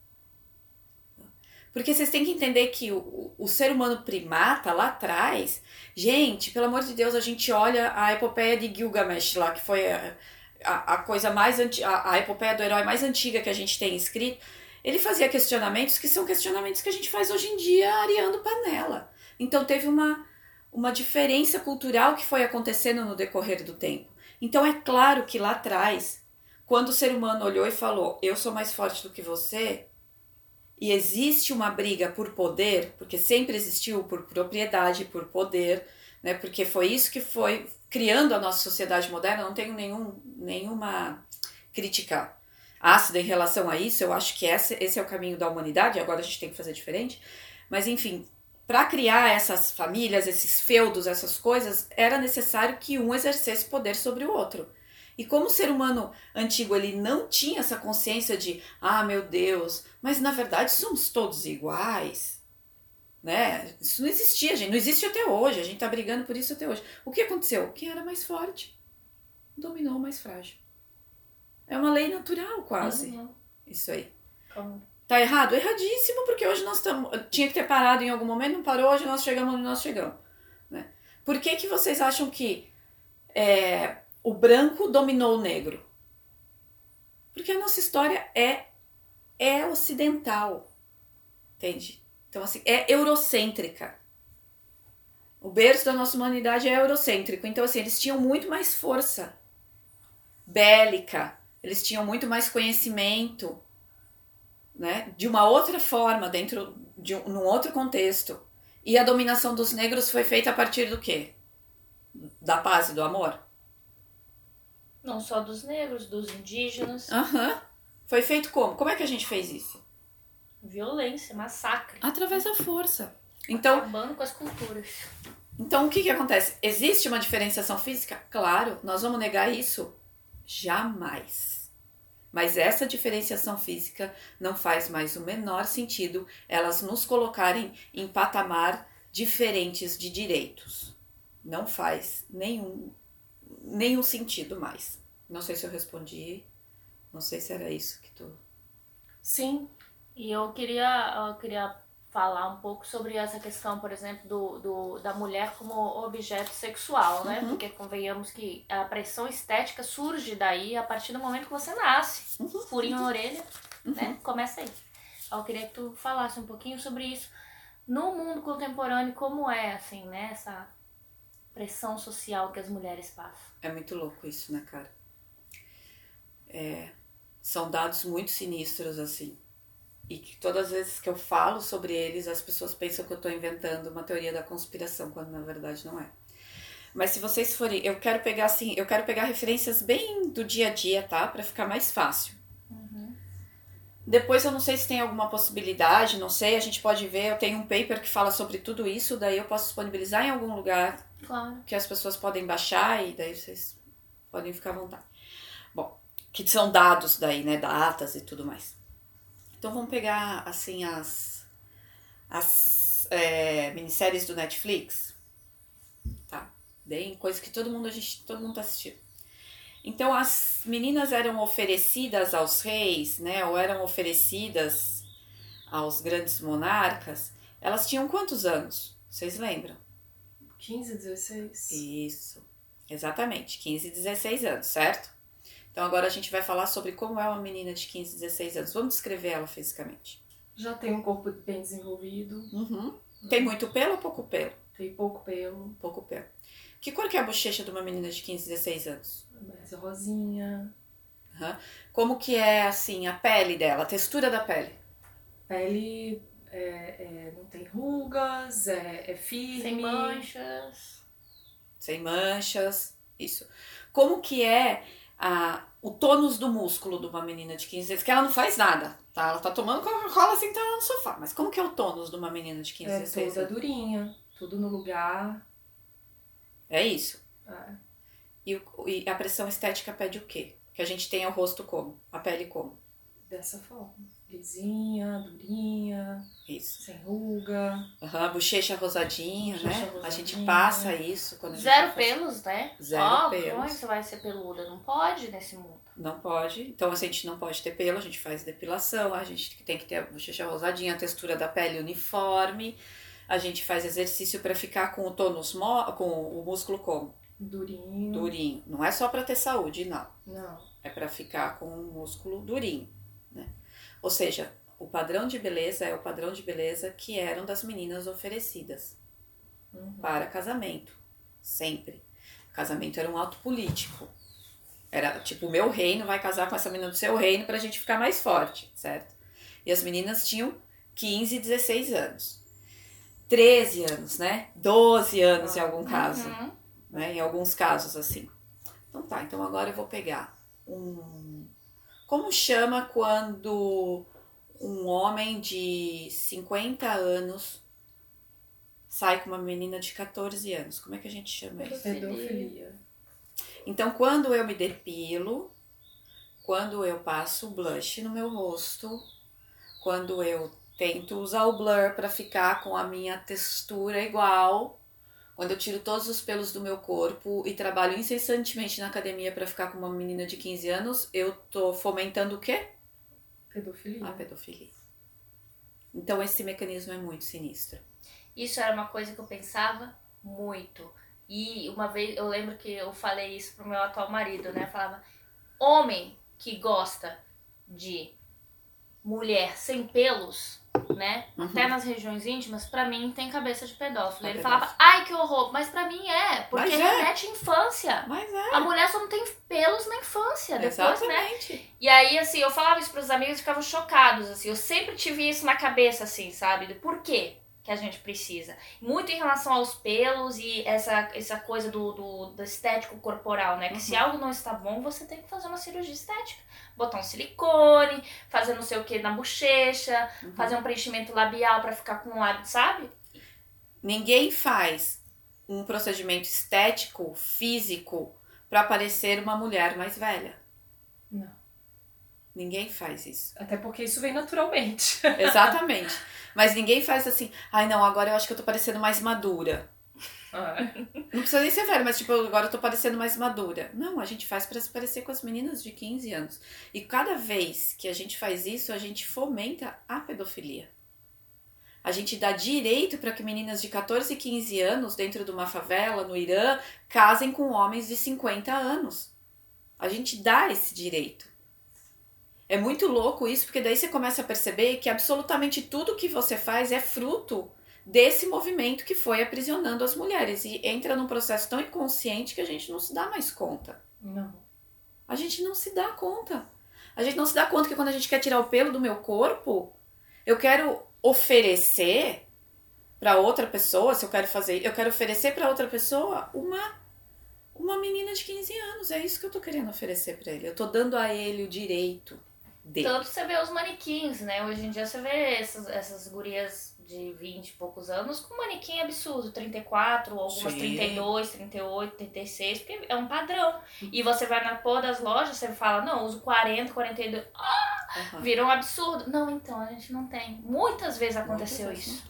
Porque vocês têm que entender que o ser humano primata lá atrás, gente, pelo amor de Deus, a gente olha a epopeia de Gilgamesh lá, que foi a coisa mais a epopeia do herói mais antiga que a gente tem escrito. Ele fazia questionamentos que são questionamentos que a gente faz hoje em dia areando panela. Então teve uma diferença cultural que foi acontecendo no decorrer do tempo. Então é claro que lá atrás, quando o ser humano olhou e falou, eu sou mais forte do que você, e existe uma briga por poder, porque sempre existiu por propriedade, por poder, né? Porque foi isso que foi criando a nossa sociedade moderna. Não tenho nenhuma crítica ácida em relação a isso. Eu acho que esse é o caminho da humanidade, agora a gente tem que fazer diferente. Mas enfim, para criar essas famílias, esses feudos, essas coisas, era necessário que um exercesse poder sobre o outro. E como o ser humano antigo ele não tinha essa consciência de, meu Deus, mas na verdade somos todos iguais, né? Isso não existia, gente, não existe até hoje, a gente tá brigando por isso até hoje. O que aconteceu? Quem era mais forte dominou o mais frágil. É uma lei natural quase, isso aí. Claro. Tá errado? Erradíssimo, porque hoje nós estamos... Tinha que ter parado em algum momento, não parou, hoje nós chegamos onde nós chegamos. Né? Por que vocês acham que o branco dominou o negro? Porque a nossa história é ocidental, entende? Então, assim, é eurocêntrica. O berço da nossa humanidade é eurocêntrico. Então, assim, eles tinham muito mais força bélica, eles tinham muito mais conhecimento, né? De uma outra forma, dentro de num outro contexto. E a dominação dos negros foi feita a partir do quê? Da paz e do amor? Não só dos negros, dos indígenas. Foi feito como? Como é que a gente fez isso? Violência, massacre. Através da força. Então, acabando com as culturas. Então, o que acontece? Existe uma diferenciação física? Claro, nós vamos negar isso? Jamais. Mas essa diferenciação física não faz mais o menor sentido elas nos colocarem em patamar diferentes de direitos. Não faz nenhum sentido mais. Não sei se eu respondi, não sei se era isso que tu... Sim. E eu queria falar um pouco sobre essa questão, por exemplo, da mulher como objeto sexual, né? Porque convenhamos que a pressão estética surge daí a partir do momento que você nasce. Furinho na orelha, né? Começa aí. Eu queria que tu falasse um pouquinho sobre isso. No mundo contemporâneo, como é, assim, né? Essa pressão social que as mulheres passam. É muito louco isso, né, cara? São dados muito sinistros, assim. E que todas as vezes que eu falo sobre eles, as pessoas pensam que eu estou inventando uma teoria da conspiração, quando na verdade não é. Mas se vocês forem... Eu quero pegar referências bem do dia a dia, tá? Pra ficar mais fácil. Depois eu não sei se tem alguma possibilidade, não sei, a gente pode ver. Eu tenho um paper que fala sobre tudo isso, daí eu posso disponibilizar em algum lugar. Claro. Que as pessoas podem baixar e daí vocês podem ficar à vontade. Bom, que são dados daí, né? Datas e tudo mais. Então vamos pegar, assim, as minisséries do Netflix. Tá? Bem, coisa que todo mundo tá assistindo. Então as meninas eram oferecidas aos reis, né? Ou eram oferecidas aos grandes monarcas. Elas tinham quantos anos? Vocês lembram? 15, 16? Isso, exatamente, 15, 16 anos, certo? Então agora a gente vai falar sobre como é uma menina de 15, 16 anos. Vamos descrever ela fisicamente. Já tem um corpo bem desenvolvido. Uhum. Tem muito pelo ou pouco pelo? Tem pouco pelo. Pouco pelo. Que cor que é a bochecha de uma menina de 15, 16 anos? Mais rosinha. Uhum. Como que é, assim, a pele dela, a textura da pele? Pele não tem rugas, é firme. Sem manchas. Sem manchas, isso. Como que é o tônus do músculo de uma menina de 15 anos? Que ela não faz nada, tá? Ela tá tomando Coca-Cola assim, tá no sofá. Mas como que é o tônus de uma menina de 15, 16 toda anos? durinha, tudo no lugar. É isso. É. E a pressão estética pede o quê? Que a gente tenha o rosto como? A pele como? Dessa forma. Lisinha, durinha, Isso. sem ruga. Uhum, bochecha rosadinha, Bochecha né? rosadinha. A gente passa isso quando a gente Zero faz- pelos, né? Zero Como é pelos. que você vai ser peluda? Não pode nesse mundo. Não pode. Então, se a gente não pode ter pelo, a gente faz depilação, a gente tem que ter a bochecha rosadinha, a textura da pele uniforme. A gente faz exercício para ficar com o tônus, com o músculo como? Durinho. Durinho. Não é só para ter saúde, não. Não. É para ficar com o músculo durinho, né? Ou seja, o padrão de beleza é o padrão de beleza que eram das meninas oferecidas para casamento. Sempre. Casamento era um ato político. Era tipo, o meu reino vai casar com essa menina do seu reino pra gente ficar mais forte, certo? E as meninas tinham 15, 16 anos. 13 anos, né? 12 anos em algum caso. Uhum. Né? Em alguns casos, assim. Então tá, então agora eu vou pegar Como chama quando um homem de 50 anos sai com uma menina de 14 anos? Como é que a gente chama isso? Pedofilia. Então, quando eu me depilo, quando eu passo blush no meu rosto, quando eu tento usar o blur para ficar com a minha textura igual, quando eu tiro todos os pelos do meu corpo e trabalho incessantemente na academia para ficar com uma menina de 15 anos, eu tô fomentando o quê? Pedofilia. A pedofilia. Então, esse mecanismo é muito sinistro. Isso era uma coisa que eu pensava muito. E uma vez eu lembro que eu falei isso pro meu atual marido, né? Eu falava, homem que gosta de mulher sem pelos, né? Até nas regiões íntimas, pra mim tem cabeça de pedófilo. Ele falava, ai que horror, mas pra mim porque Mas é. remete à infância. Mas é. A mulher só não tem pelos na infância, depois, né? Exatamente. E aí, assim, eu falava isso pros amigos e ficavam chocados, assim. Eu sempre tive isso na cabeça, assim, sabe? Por quê que a gente precisa? Muito em relação aos pelos e essa coisa do estético corporal, né? Que se algo não está bom, você tem que fazer uma cirurgia estética. Botar um silicone, fazer não sei o que na bochecha, fazer um preenchimento labial pra ficar com um lábio, sabe? Ninguém faz um procedimento estético, físico, pra parecer uma mulher mais velha. Não. Ninguém faz isso. Até porque isso vem naturalmente. Exatamente. Mas ninguém faz assim, ai não, agora eu acho que eu tô parecendo mais madura. Não precisa nem ser velha, mas tipo, agora eu tô parecendo mais madura. Não, a gente faz pra se parecer com as meninas de 15 anos. E cada vez que a gente faz isso, a gente fomenta a pedofilia. A gente dá direito para que meninas de 14 e 15 anos, dentro de uma favela, no Irã, casem com homens de 50 anos. A gente dá esse direito. É muito louco isso, porque daí você começa a perceber que absolutamente tudo que você faz é fruto desse movimento que foi aprisionando as mulheres. E entra num processo tão inconsciente que a gente não se dá mais conta. Não. A gente não se dá conta. A gente não se dá conta que quando a gente quer tirar o pelo do meu corpo, eu quero oferecer para outra pessoa, se eu quero fazer, eu quero oferecer para outra pessoa uma menina de 15 anos. É isso que eu tô querendo oferecer para ele. Eu tô dando a ele o direito dele. Tanto você vê os manequins, né? Hoje em dia você vê essas gurias de 20 e poucos anos com manequim absurdo, 34, algumas Sim. 32, 38, 36, porque é um padrão. E você vai na porra das lojas, você fala, não, eu uso 40, 42, vira um absurdo. Não, então, a gente não tem. Muitas vezes aconteceu isso.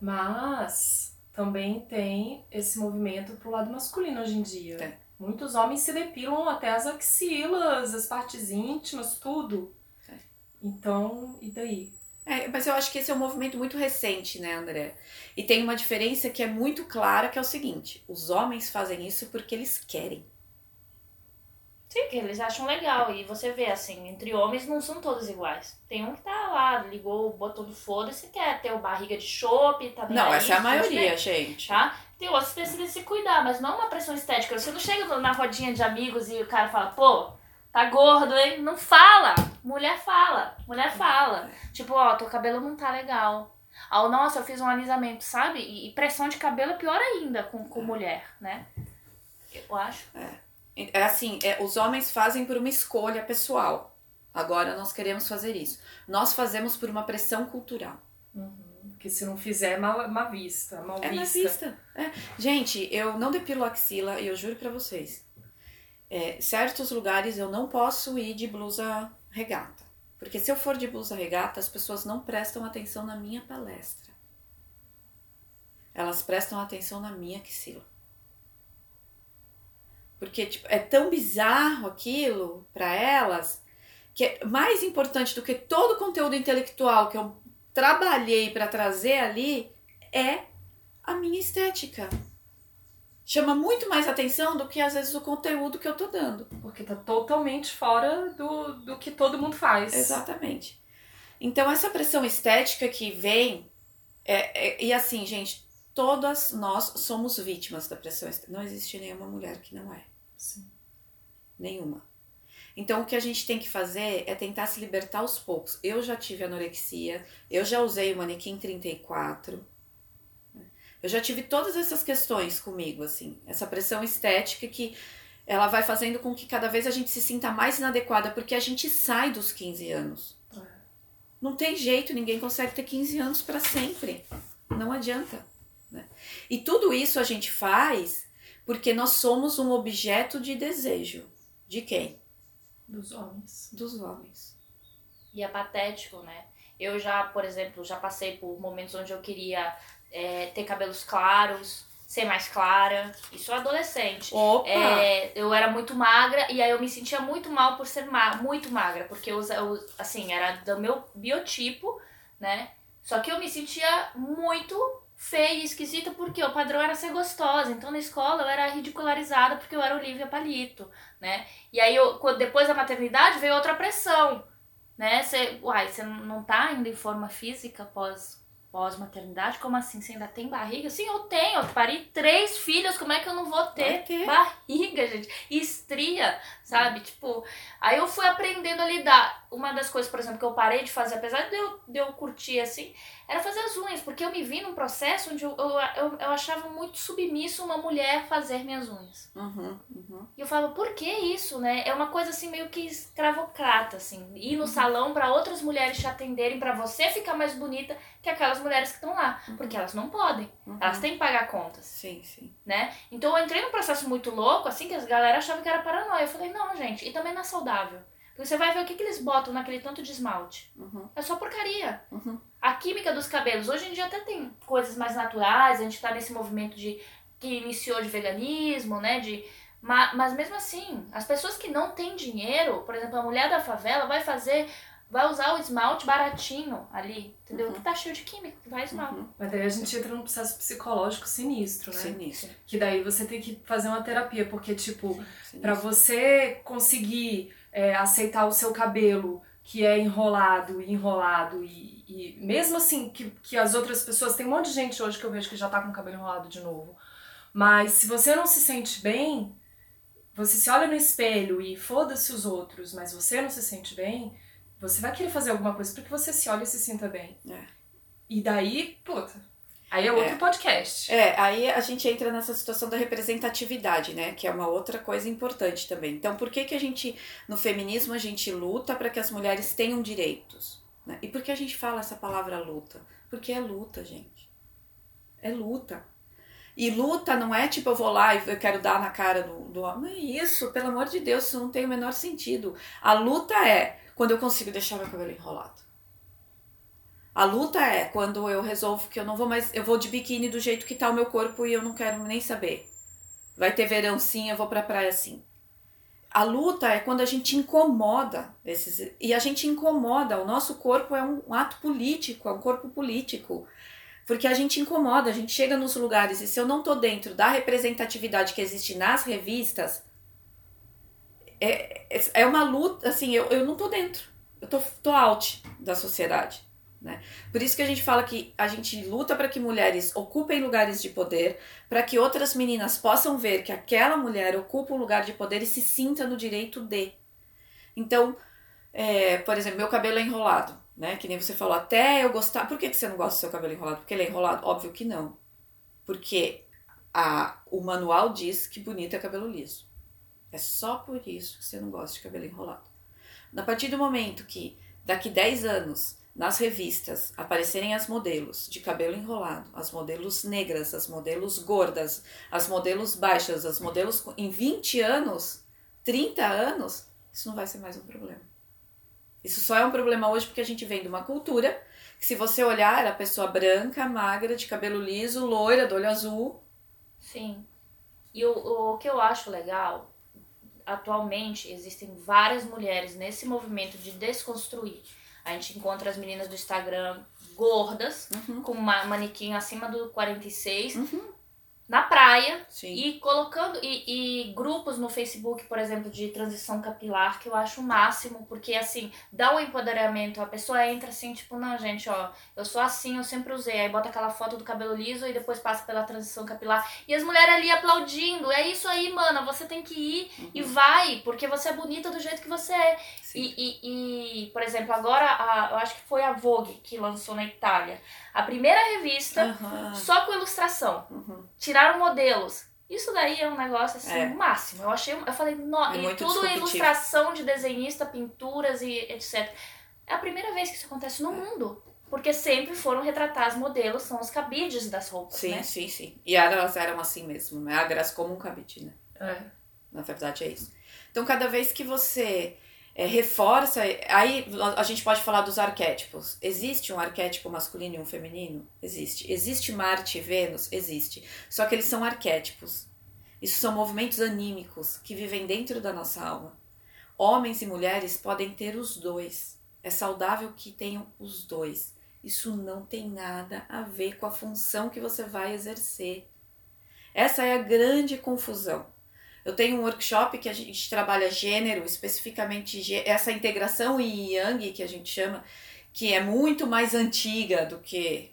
Mas também tem esse movimento pro lado masculino hoje em dia. Tem. Muitos homens se depilam até as axilas, as partes íntimas, tudo. Tem. Então, e daí? Mas eu acho que esse é um movimento muito recente, né, André? E tem uma diferença que é muito clara, que é o seguinte: os homens fazem isso porque eles querem. Sim, que eles acham legal. E você vê, assim, entre homens não são todos iguais. Tem um que tá lá, ligou o botão do foda-se, quer ter o barriga de chope, tá bem Não, aí, essa é a maioria, bem, gente. tá? Tem outros que decidem se cuidar, mas não é uma pressão estética. Você não chega na rodinha de amigos e o cara fala, pô, tá gordo, hein? Não fala! Mulher fala. Mulher fala. Tipo, ó, teu cabelo não tá legal. Ou, nossa, eu fiz um alisamento, sabe? E pressão de cabelo é pior ainda com mulher, né? Eu acho. É assim, os homens fazem por uma escolha pessoal. Agora nós queremos fazer isso. Nós fazemos por uma pressão cultural. Porque se não fizer, é mal vista. É mal vista. Gente, eu não depilo a axila e eu juro pra vocês. Certos lugares eu não posso ir de blusa regata. Porque se eu for de blusa regata, as pessoas não prestam atenção na minha palestra. Elas prestam atenção na minha axila. Porque tipo, é tão bizarro aquilo pra elas, que é mais importante do que todo o conteúdo intelectual que eu trabalhei pra trazer ali, é a minha estética. Chama muito mais atenção do que às vezes o conteúdo que eu tô dando. Porque tá totalmente fora do que todo mundo faz. Exatamente. Então essa pressão estética que vem, e assim, gente, todas nós somos vítimas da pressão estética. Não existe nenhuma mulher que não é. Sim. Nenhuma. Então o que a gente tem que fazer é tentar se libertar aos poucos. Eu já tive anorexia, eu já usei o manequim 34. Eu já tive todas essas questões comigo, assim. Essa pressão estética que ela vai fazendo com que cada vez a gente se sinta mais inadequada, porque a gente sai dos 15 anos. Não tem jeito, ninguém consegue ter 15 anos para sempre. Não adianta. Né? E tudo isso a gente faz porque nós somos um objeto de desejo. De quem? Dos homens. Dos homens. E é patético, né? Eu já, por exemplo, já passei por momentos onde eu queria ter cabelos claros, ser mais clara. Isso adolescente. Opa! Eu era muito magra e aí eu me sentia muito mal por ser muito magra. Porque eu, assim, era do meu biotipo, né? Só que eu me sentia muito feia e esquisita porque o padrão era ser gostosa. Então na escola eu era ridicularizada porque eu era Olivia Palito, né? E aí depois da maternidade veio outra pressão, né? Você não tá ainda em forma física pós-maternidade? Como assim? Você ainda tem barriga? Sim, eu tenho. Eu parei 3 filhos. Como é que eu não vou ter barriga, gente? Estria, sabe? Tipo, aí eu fui aprendendo a lidar. Uma das coisas, por exemplo, que eu parei de fazer, apesar de eu curtir assim, era fazer as unhas. Porque eu me vi num processo onde eu achava muito submisso uma mulher fazer minhas unhas. E eu falava, por que isso, né? É uma coisa assim meio que escravocrata, assim. Ir no salão pra outras mulheres te atenderem, pra você ficar mais bonita que aquelas mulheres que estão lá. Porque elas não podem. Elas têm que pagar contas. Sim, sim. Né? Então eu entrei num processo muito louco, assim, que as galera achavam que era paranoia. Eu falei, não, gente, e também não é saudável. Porque você vai ver o que eles botam naquele tanto de esmalte. É só porcaria. A química dos cabelos. Hoje em dia até tem coisas mais naturais, a gente tá nesse movimento que iniciou de veganismo, né? Mas mesmo assim, as pessoas que não têm dinheiro, por exemplo, a mulher da favela vai usar o esmalte baratinho ali, entendeu? Que tá cheio de química, vai esmalte. Mas daí a gente entra num processo psicológico sinistro, né? Sinistro. Que daí você tem que fazer uma terapia, porque, tipo, Sim. Pra você conseguir aceitar o seu cabelo, que é enrolado e mesmo assim, que as outras pessoas... Tem um monte de gente hoje que eu vejo que já tá com o cabelo enrolado de novo. Mas se você não se sente bem, você se olha no espelho e foda-se os outros, mas você não se sente bem... Você vai querer fazer alguma coisa porque você se olha e se sinta bem. E daí, puta, aí é outro podcast. Aí a gente entra nessa situação da representatividade, né? Que é uma outra coisa importante também. Então, por que a gente, no feminismo, a gente luta para que as mulheres tenham direitos? Né? E por que a gente fala essa palavra luta? Porque é luta, gente. É luta. E luta não é tipo, eu vou lá e eu quero dar na cara do homem. Não é isso, pelo amor de Deus, isso não tem o menor sentido. A luta é quando eu consigo deixar meu cabelo enrolado. A luta é quando eu resolvo que eu não vou mais... Eu vou de biquíni do jeito que tá o meu corpo e eu não quero nem saber. Vai ter verão sim, eu vou pra praia sim. A luta é quando a gente incomoda e a gente incomoda, o nosso corpo é um ato político, é um corpo político, porque a gente incomoda, a gente chega nos lugares e se eu não tô dentro da representatividade que existe nas revistas, é uma luta, assim, eu não tô dentro, eu tô out da sociedade, né? Por isso que a gente fala que a gente luta para que mulheres ocupem lugares de poder, para que outras meninas possam ver que aquela mulher ocupa um lugar de poder e se sinta no direito de. Então, por exemplo, meu cabelo é enrolado, né? Que nem você falou, até eu gostar. Por que você não gosta do seu cabelo enrolado? Porque ele é enrolado? Óbvio que não. Porque o manual diz que bonito é cabelo liso. É só por isso que você não gosta de cabelo enrolado. A partir do momento que, daqui 10 anos, nas revistas, aparecerem as modelos de cabelo enrolado, as modelos negras, as modelos gordas, as modelos baixas, as modelos... Em 20 anos, 30 anos, isso não vai ser mais um problema. Isso só é um problema hoje porque a gente vem de uma cultura que, se você olhar, a pessoa branca, magra, de cabelo liso, loira, do olho azul. Sim. E o que eu acho legal, atualmente existem várias mulheres nesse movimento de desconstruir. A gente encontra as meninas do Instagram gordas, com uma manequim acima do 46, na praia. Sim. E colocando e grupos no Facebook, por exemplo, de transição capilar, que eu acho o máximo, porque assim, dá um empoderamento, a pessoa entra assim, tipo, não, gente, ó, eu sou assim, eu sempre usei, aí bota aquela foto do cabelo liso e depois passa pela transição capilar, e as mulheres ali aplaudindo, é isso aí, mana, você tem que ir e vai, porque você é bonita do jeito que você é. E por exemplo, agora, eu acho que foi a Vogue que lançou na Itália, a primeira revista só com ilustração. Tiraram modelos. Isso daí é um negócio assim, o máximo. Eu falei, e tudo é ilustração de desenhista, pinturas e etc. É a primeira vez que isso acontece no mundo. Porque sempre foram retratar as modelos, são os cabides das roupas, né? Sim. E elas eram assim mesmo, né? Agras como um cabide, né? Na verdade é isso. Então, cada vez que você reforça... Aí a gente pode falar dos arquétipos. Existe um arquétipo masculino e um feminino? Existe. Existe Marte e Vênus? Existe. Só que eles são arquétipos. Isso são movimentos anímicos que vivem dentro da nossa alma. Homens e mulheres podem ter os dois. É saudável que tenham os dois. Isso não tem nada a ver com a função que você vai exercer. Essa é a grande confusão. Eu tenho um workshop que a gente trabalha gênero, especificamente essa integração yin e yang, que a gente chama, que é muito mais antiga do que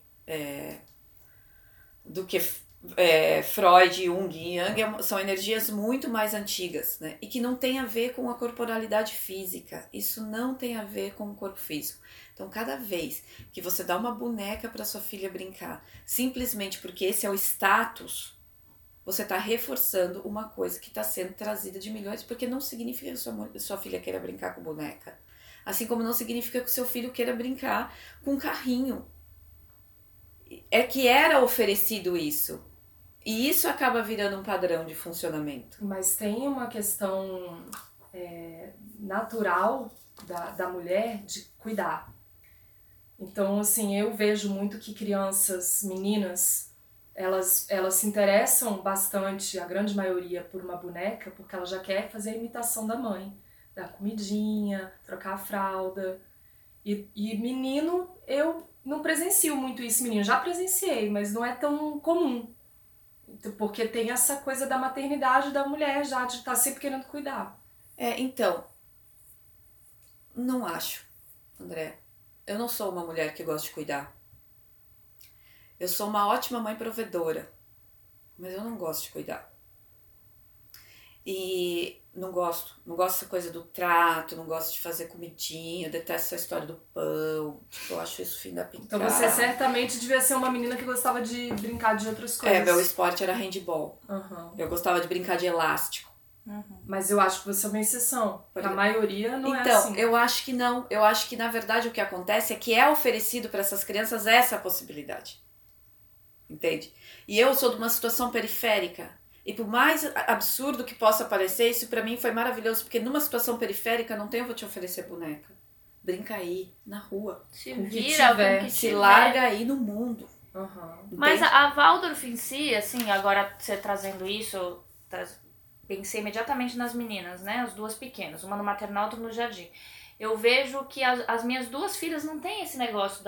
Freud, Jung e Yang, são energias muito mais antigas, né? E que não tem a ver com a corporalidade física. Isso não tem a ver com o corpo físico. Então, cada vez que você dá uma boneca para sua filha brincar, simplesmente porque esse é o status, você está reforçando uma coisa que está sendo trazida de milhões, porque não significa que sua filha queira brincar com boneca. Assim como não significa que o seu filho queira brincar com um carrinho. É que era oferecido isso. E isso acaba virando um padrão de funcionamento. Mas tem uma questão natural da mulher de cuidar. Então, assim, eu vejo muito que crianças, meninas... Elas se interessam bastante, a grande maioria, por uma boneca, porque ela já quer fazer a imitação da mãe. Dar comidinha, trocar a fralda. E menino, eu não presencio muito isso, menino. Já presenciei, mas não é tão comum. Porque tem essa coisa da maternidade da mulher já, de estar sempre querendo cuidar. Então, não acho, André. Eu não sou uma mulher que gosta de cuidar. Eu sou uma ótima mãe provedora, mas eu não gosto de cuidar. E não gosto dessa coisa do trato, não gosto de fazer comidinha, eu detesto essa história do pão, eu acho isso fim da picada. Então você certamente devia ser uma menina que gostava de brincar de outras coisas. Meu esporte era handball. Eu gostava de brincar de elástico. Mas eu acho que você é uma exceção, porque a maioria não é assim. Então, eu acho que não. Eu acho que, na verdade, o que acontece é que é oferecido para essas crianças essa possibilidade. Entende? E eu sou de uma situação periférica. E por mais absurdo que possa parecer, isso pra mim foi maravilhoso. Porque numa situação periférica, não tem eu vou te oferecer boneca. Brinca aí, na rua. Se vira, com que se larga aí no mundo. Mas a Waldorf em si, assim, agora você trazendo isso, pensei imediatamente nas meninas, né? As duas pequenas, uma no maternal, outra no jardim. Eu vejo que as minhas duas filhas não têm esse negócio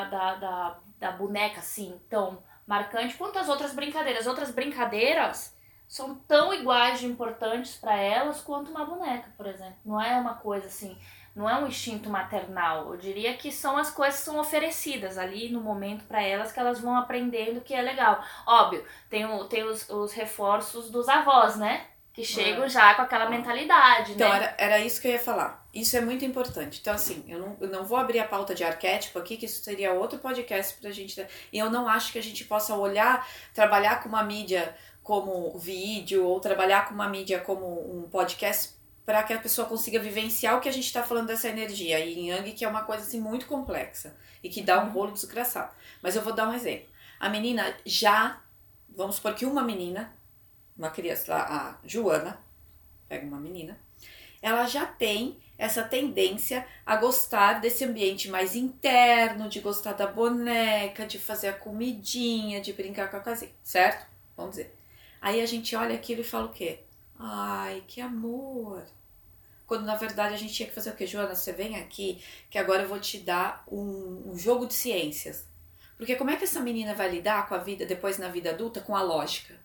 da boneca assim, tão marcante quanto as outras brincadeiras. As outras brincadeiras são tão iguais de importantes para elas quanto uma boneca, por exemplo. Não é uma coisa assim, não é um instinto maternal. Eu diria que são as coisas que são oferecidas ali no momento para elas, que elas vão aprendendo que é legal. Óbvio, tem os reforços dos avós, né? Que chegam já com aquela mentalidade, então, né? Era isso que eu ia falar. Isso é muito importante. Então, assim, eu não vou abrir a pauta de arquétipo aqui, que isso seria outro podcast pra gente... E eu não acho que a gente possa olhar, trabalhar com uma mídia como vídeo, ou trabalhar com uma mídia como um podcast, para que a pessoa consiga vivenciar o que a gente tá falando dessa energia. E em Yang, que é uma coisa, assim, muito complexa. E que dá um rolo desgraçado. Mas eu vou dar um exemplo. A menina já... Vamos supor que uma menina... Uma criança lá, a Joana, pega uma menina, ela já tem essa tendência a gostar desse ambiente mais interno, de gostar da boneca, de fazer a comidinha, de brincar com a casinha, certo? Vamos dizer. Aí a gente olha aquilo e fala o quê? Ai, que amor! Quando na verdade a gente tinha que fazer o quê? Joana, você vem aqui que agora eu vou te dar um jogo de ciências. Porque como é que essa menina vai lidar com a vida, depois na vida adulta, com a lógica?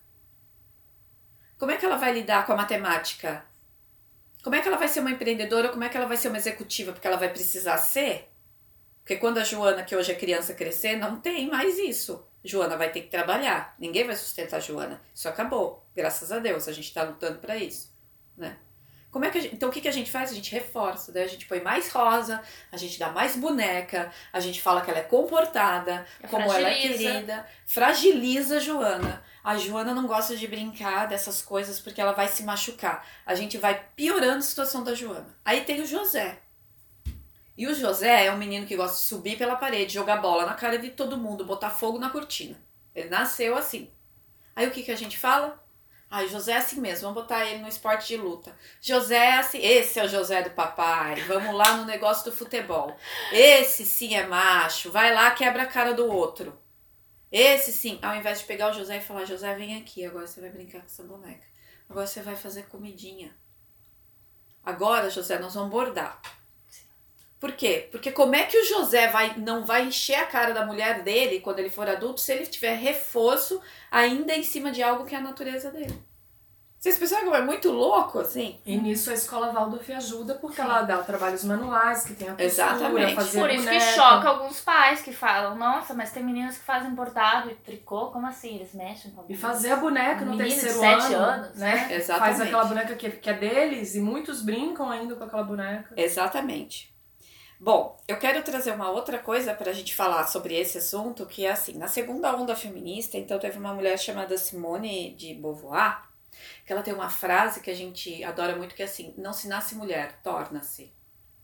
Como é que ela vai lidar com a matemática? Como é que ela vai ser uma empreendedora? Como é que ela vai ser uma executiva? Porque ela vai precisar ser? Porque quando a Joana, que hoje é criança, crescer, não tem mais isso. Joana vai ter que trabalhar. Ninguém vai sustentar a Joana. Isso acabou. Graças a Deus. A gente está lutando para isso. Né? Como é que então o que a gente faz? A gente reforça. Daí a gente põe mais rosa, a gente dá mais boneca, a gente fala que ela é comportada, como ela é querida. Fragiliza a Joana. A Joana não gosta de brincar dessas coisas porque ela vai se machucar. A gente vai piorando a situação da Joana. Aí tem o José. E o José é um menino que gosta de subir pela parede, jogar bola na cara de todo mundo, botar fogo na cortina. Ele nasceu assim. Aí o que a gente fala? Ai, José é assim mesmo, vamos botar ele no esporte de luta. José é assim, esse é o José do papai, vamos lá no negócio do futebol. Esse sim é macho, vai lá, quebra a cara do outro. Esse sim, ao invés de pegar o José e falar, José, vem aqui, agora você vai brincar com essa boneca. Agora você vai fazer comidinha. Agora, José, nós vamos bordar. Por quê? Porque como é que o José não vai encher a cara da mulher dele quando ele for adulto se ele tiver reforço ainda em cima de algo que é a natureza dele? Vocês percebem como é muito louco, assim? E nisso a escola Waldorf ajuda porque ela dá trabalhos manuais, que tem a costura, Exatamente. fazer Por isso que boneca. choca alguns pais que falam, nossa, mas tem meninas que fazem bordado e tricô, como assim? Eles mexem com a E boneca? fazer a boneca no Menino de terceiro 7 ano, anos, né? Exatamente. Faz aquela boneca que é deles e muitos brincam ainda com aquela boneca. Exatamente. Bom, eu quero trazer uma outra coisa para a gente falar sobre esse assunto, que é assim, na segunda onda feminista, então teve uma mulher chamada Simone de Beauvoir, que ela tem uma frase que a gente adora muito, que é assim, não se nasce mulher, torna-se.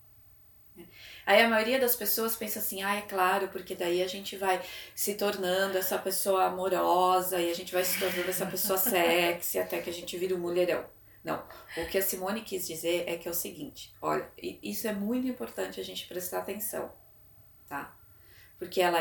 Aí a maioria das pessoas pensa assim, é claro, porque daí a gente vai se tornando essa pessoa amorosa e a gente vai se tornando essa pessoa sexy até que a gente vira um mulherão. Não, o que a Simone quis dizer é que é o seguinte, olha, isso é muito importante a gente prestar atenção, tá? Porque ela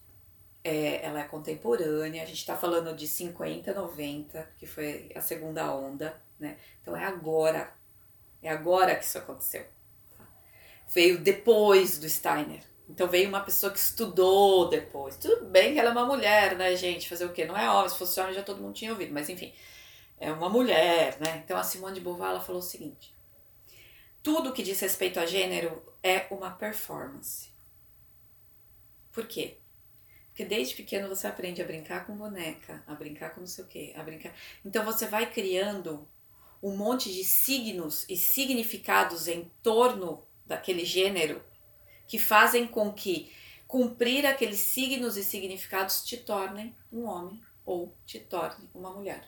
é contemporânea, a gente tá falando de 50, 90, que foi a segunda onda, né? Então é agora que isso aconteceu. Tá? Veio depois do Steiner, então veio uma pessoa que estudou depois. Tudo bem que ela é uma mulher, né, gente? Fazer o quê? Não é homem, se fosse homem já todo mundo tinha ouvido, mas enfim... É uma mulher, né? Então a Simone de Beauvoir ela falou o seguinte: tudo que diz respeito a gênero é uma performance. Por quê? Porque desde pequeno você aprende a brincar com boneca, a brincar com não sei o quê, a brincar. Então você vai criando um monte de signos e significados em torno daquele gênero que fazem com que cumprir aqueles signos e significados te tornem um homem ou te torne uma mulher.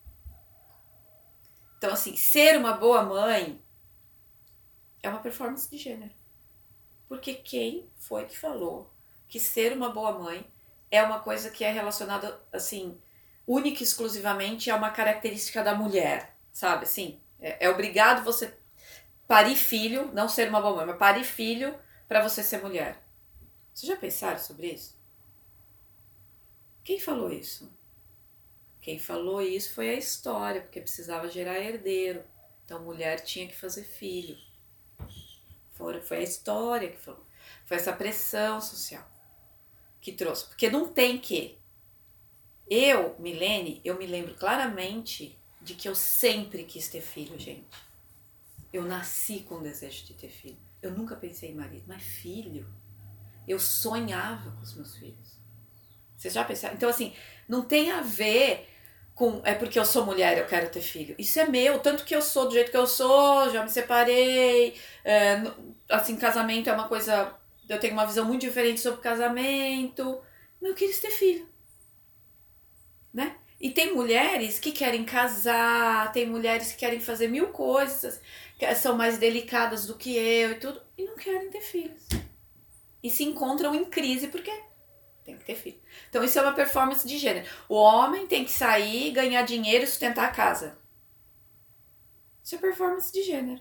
Então, assim, ser uma boa mãe é uma performance de gênero. Porque quem foi que falou que ser uma boa mãe é uma coisa que é relacionada, assim, única e exclusivamente a uma característica da mulher, sabe? Assim, é obrigado você parir filho, não ser uma boa mãe, mas parir filho para você ser mulher. Vocês já pensaram sobre isso? Quem falou isso? Quem falou isso foi a história, porque precisava gerar herdeiro. Então, mulher tinha que fazer filho. Foi a história que falou. Foi essa pressão social que trouxe. Porque não tem que. Eu, Milene, eu me lembro claramente de que eu sempre quis ter filho, gente. Eu nasci com o desejo de ter filho. Eu nunca pensei em marido, mas filho. Eu sonhava com os meus filhos. Vocês já pensaram? Então, assim, não tem a ver com... É porque eu sou mulher, eu quero ter filho. Isso é meu, tanto que eu sou do jeito que eu sou, já me separei. Assim, casamento é uma coisa... Eu tenho uma visão muito diferente sobre casamento. Mas eu quis ter filho. Né? E tem mulheres que querem casar, tem mulheres que querem fazer 1000 coisas, que são mais delicadas do que eu e tudo, e não querem ter filhos. E se encontram em crise porque tem que ter filho. Então isso é uma performance de gênero. O homem tem que sair, ganhar dinheiro e sustentar a casa. Isso é performance de gênero.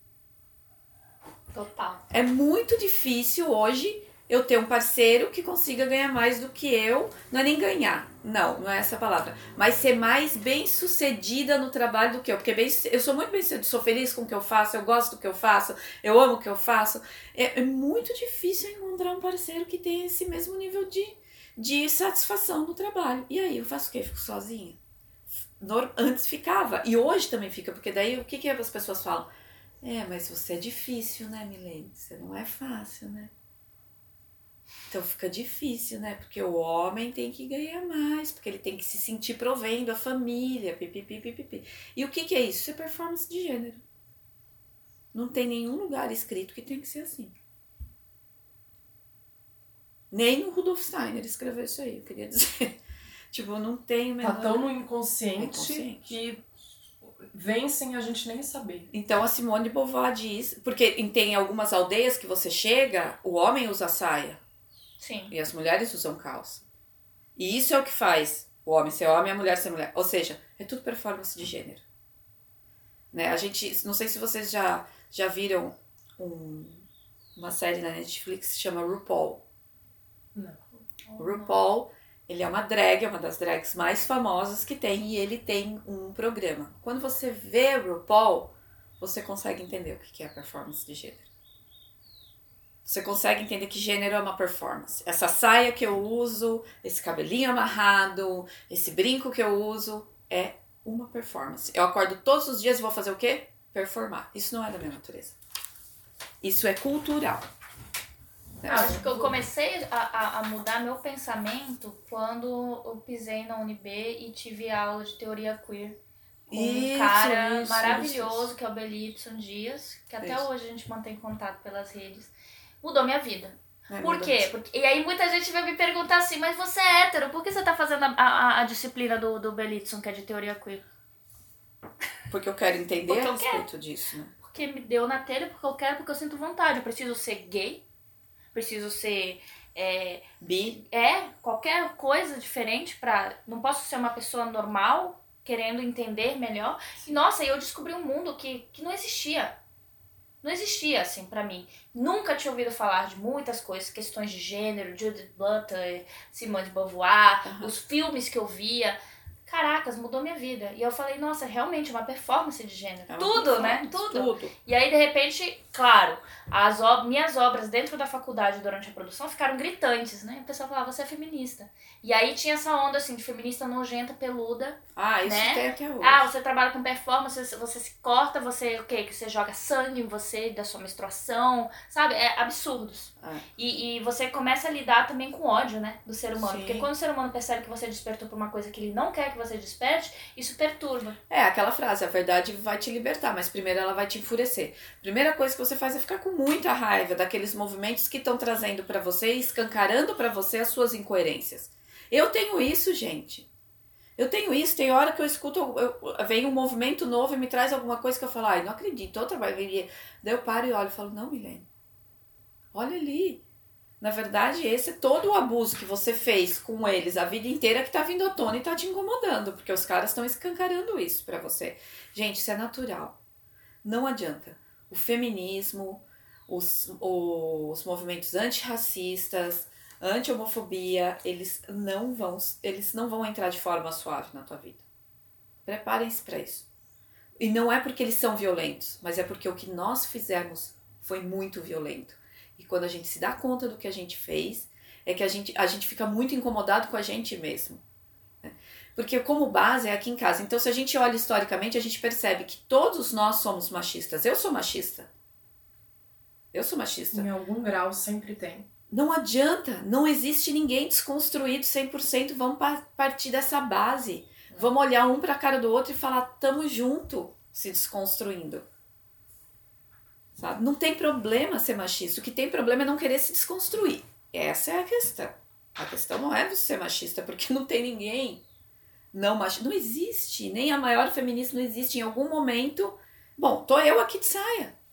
Total. É muito difícil hoje eu ter um parceiro que consiga ganhar mais do que eu. Não é nem ganhar, não é essa a palavra. Mas ser mais bem sucedida no trabalho do que eu. Porque eu sou muito bem sucedida, sou feliz com o que eu faço, eu gosto do que eu faço, eu amo o que eu faço. É muito difícil encontrar um parceiro que tenha esse mesmo nível de satisfação no trabalho. E aí eu faço o quê? Fico sozinha? Antes ficava, e hoje também fica, porque daí o que as pessoas falam? Mas você é difícil, né, Milene? Você não é fácil, né? Então fica difícil, né? Porque o homem tem que ganhar mais, porque ele tem que se sentir provendo a família, pipipi. E o que é isso? Isso é performance de gênero. Não tem nenhum lugar escrito que tem que ser assim. Nem o Rudolf Steiner escreveu isso aí, eu queria dizer. Tipo, não tem o menor... Tá tão no inconsciente que vem sem a gente nem saber. Então a Simone de Beauvoir diz... Porque tem algumas aldeias que você chega, o homem usa saia. Sim. E as mulheres usam calça. E isso é o que faz o homem ser homem e a mulher ser mulher. Ou seja, é tudo performance de gênero. Né? A gente... Não sei se vocês já viram uma série na Netflix que se chama RuPaul. Não. O RuPaul, ele é uma drag, é uma das drags mais famosas que tem, e ele tem um programa. Quando você vê RuPaul, você consegue entender o que é a performance de gênero. Você consegue entender que gênero é uma performance. Essa saia que eu uso, esse cabelinho amarrado, esse brinco que eu uso, é uma performance. Eu acordo todos os dias e vou fazer o quê? Performar. Isso não é da minha natureza. Isso é cultural. Acho que eu comecei a mudar meu pensamento quando eu pisei na UNB e tive aula de teoria queer com um cara maravilhoso, que é o Belipson Dias, que até hoje a gente mantém contato pelas redes. Mudou minha vida. Por quê? E aí muita gente vai me perguntar assim, mas você é hétero, por que você tá fazendo a disciplina do Belipson, que é de teoria queer? Porque eu quero entender a respeito disso, né? Porque me deu na telha, porque eu quero, porque eu sinto vontade. Eu preciso ser gay, preciso ser bi, qualquer coisa diferente não posso ser uma pessoa normal, querendo entender melhor. E nossa, eu descobri um mundo que não existia. Não existia, assim, pra mim. Nunca tinha ouvido falar de muitas coisas, questões de gênero, Judith Butler, Simone de Beauvoir, os filmes que eu via. Caracas, mudou minha vida. E eu falei, nossa, realmente é uma performance de gênero. Tudo, né? Tudo. E aí, de repente, claro, minhas obras dentro da faculdade durante a produção ficaram gritantes, né? O pessoal falava, você é feminista. E aí tinha essa onda, assim, de feminista nojenta, peluda. Isso né? tem até hoje. Você trabalha com performance, você se corta, você, o quê? Que você joga sangue em você, da sua menstruação, sabe? Absurdos. E você começa a lidar também com ódio, né? Do ser humano. Sim. Porque quando o ser humano percebe que você despertou por uma coisa que ele não quer que você desperte, isso perturba. Aquela frase, a verdade vai te libertar, mas primeiro ela vai te enfurecer. Primeira coisa que você faz é ficar com muita raiva daqueles movimentos que estão trazendo pra você, escancarando pra você as suas incoerências. Eu tenho isso, gente. Eu tenho isso, tem hora que eu escuto, vem um movimento novo e me traz alguma coisa que eu falo, não acredito, outra vai vir. Daí eu paro e olho e falo, não, Milene, olha ali. Na verdade, esse é todo o abuso que você fez com eles a vida inteira que tá vindo à tona e tá te incomodando, porque os caras estão escancarando isso pra você. Gente, isso é natural. Não adianta. O feminismo, os movimentos antirracistas, Anti-homofobia, eles não vão entrar de forma suave na tua vida. Preparem-se para isso. E não é porque eles são violentos, mas é porque o que nós fizemos foi muito violento. E quando a gente se dá conta do que a gente fez, é que a gente fica muito incomodado com a gente mesmo. Né? Porque como base é aqui em casa. Então se a gente olha historicamente, a gente percebe que todos nós somos machistas. Eu sou machista. Em algum grau sempre tem. Não adianta, não existe ninguém desconstruído 100%, vamos partir dessa base. Vamos olhar um pra cara do outro e falar, tamo junto, se desconstruindo. Sabe? Não tem problema ser machista, o que tem problema é não querer se desconstruir. Essa é a questão. A questão não é você ser machista, porque não tem ninguém não machista. Não existe, nem a maior feminista não existe. Em algum momento, bom, tô eu aqui de saia.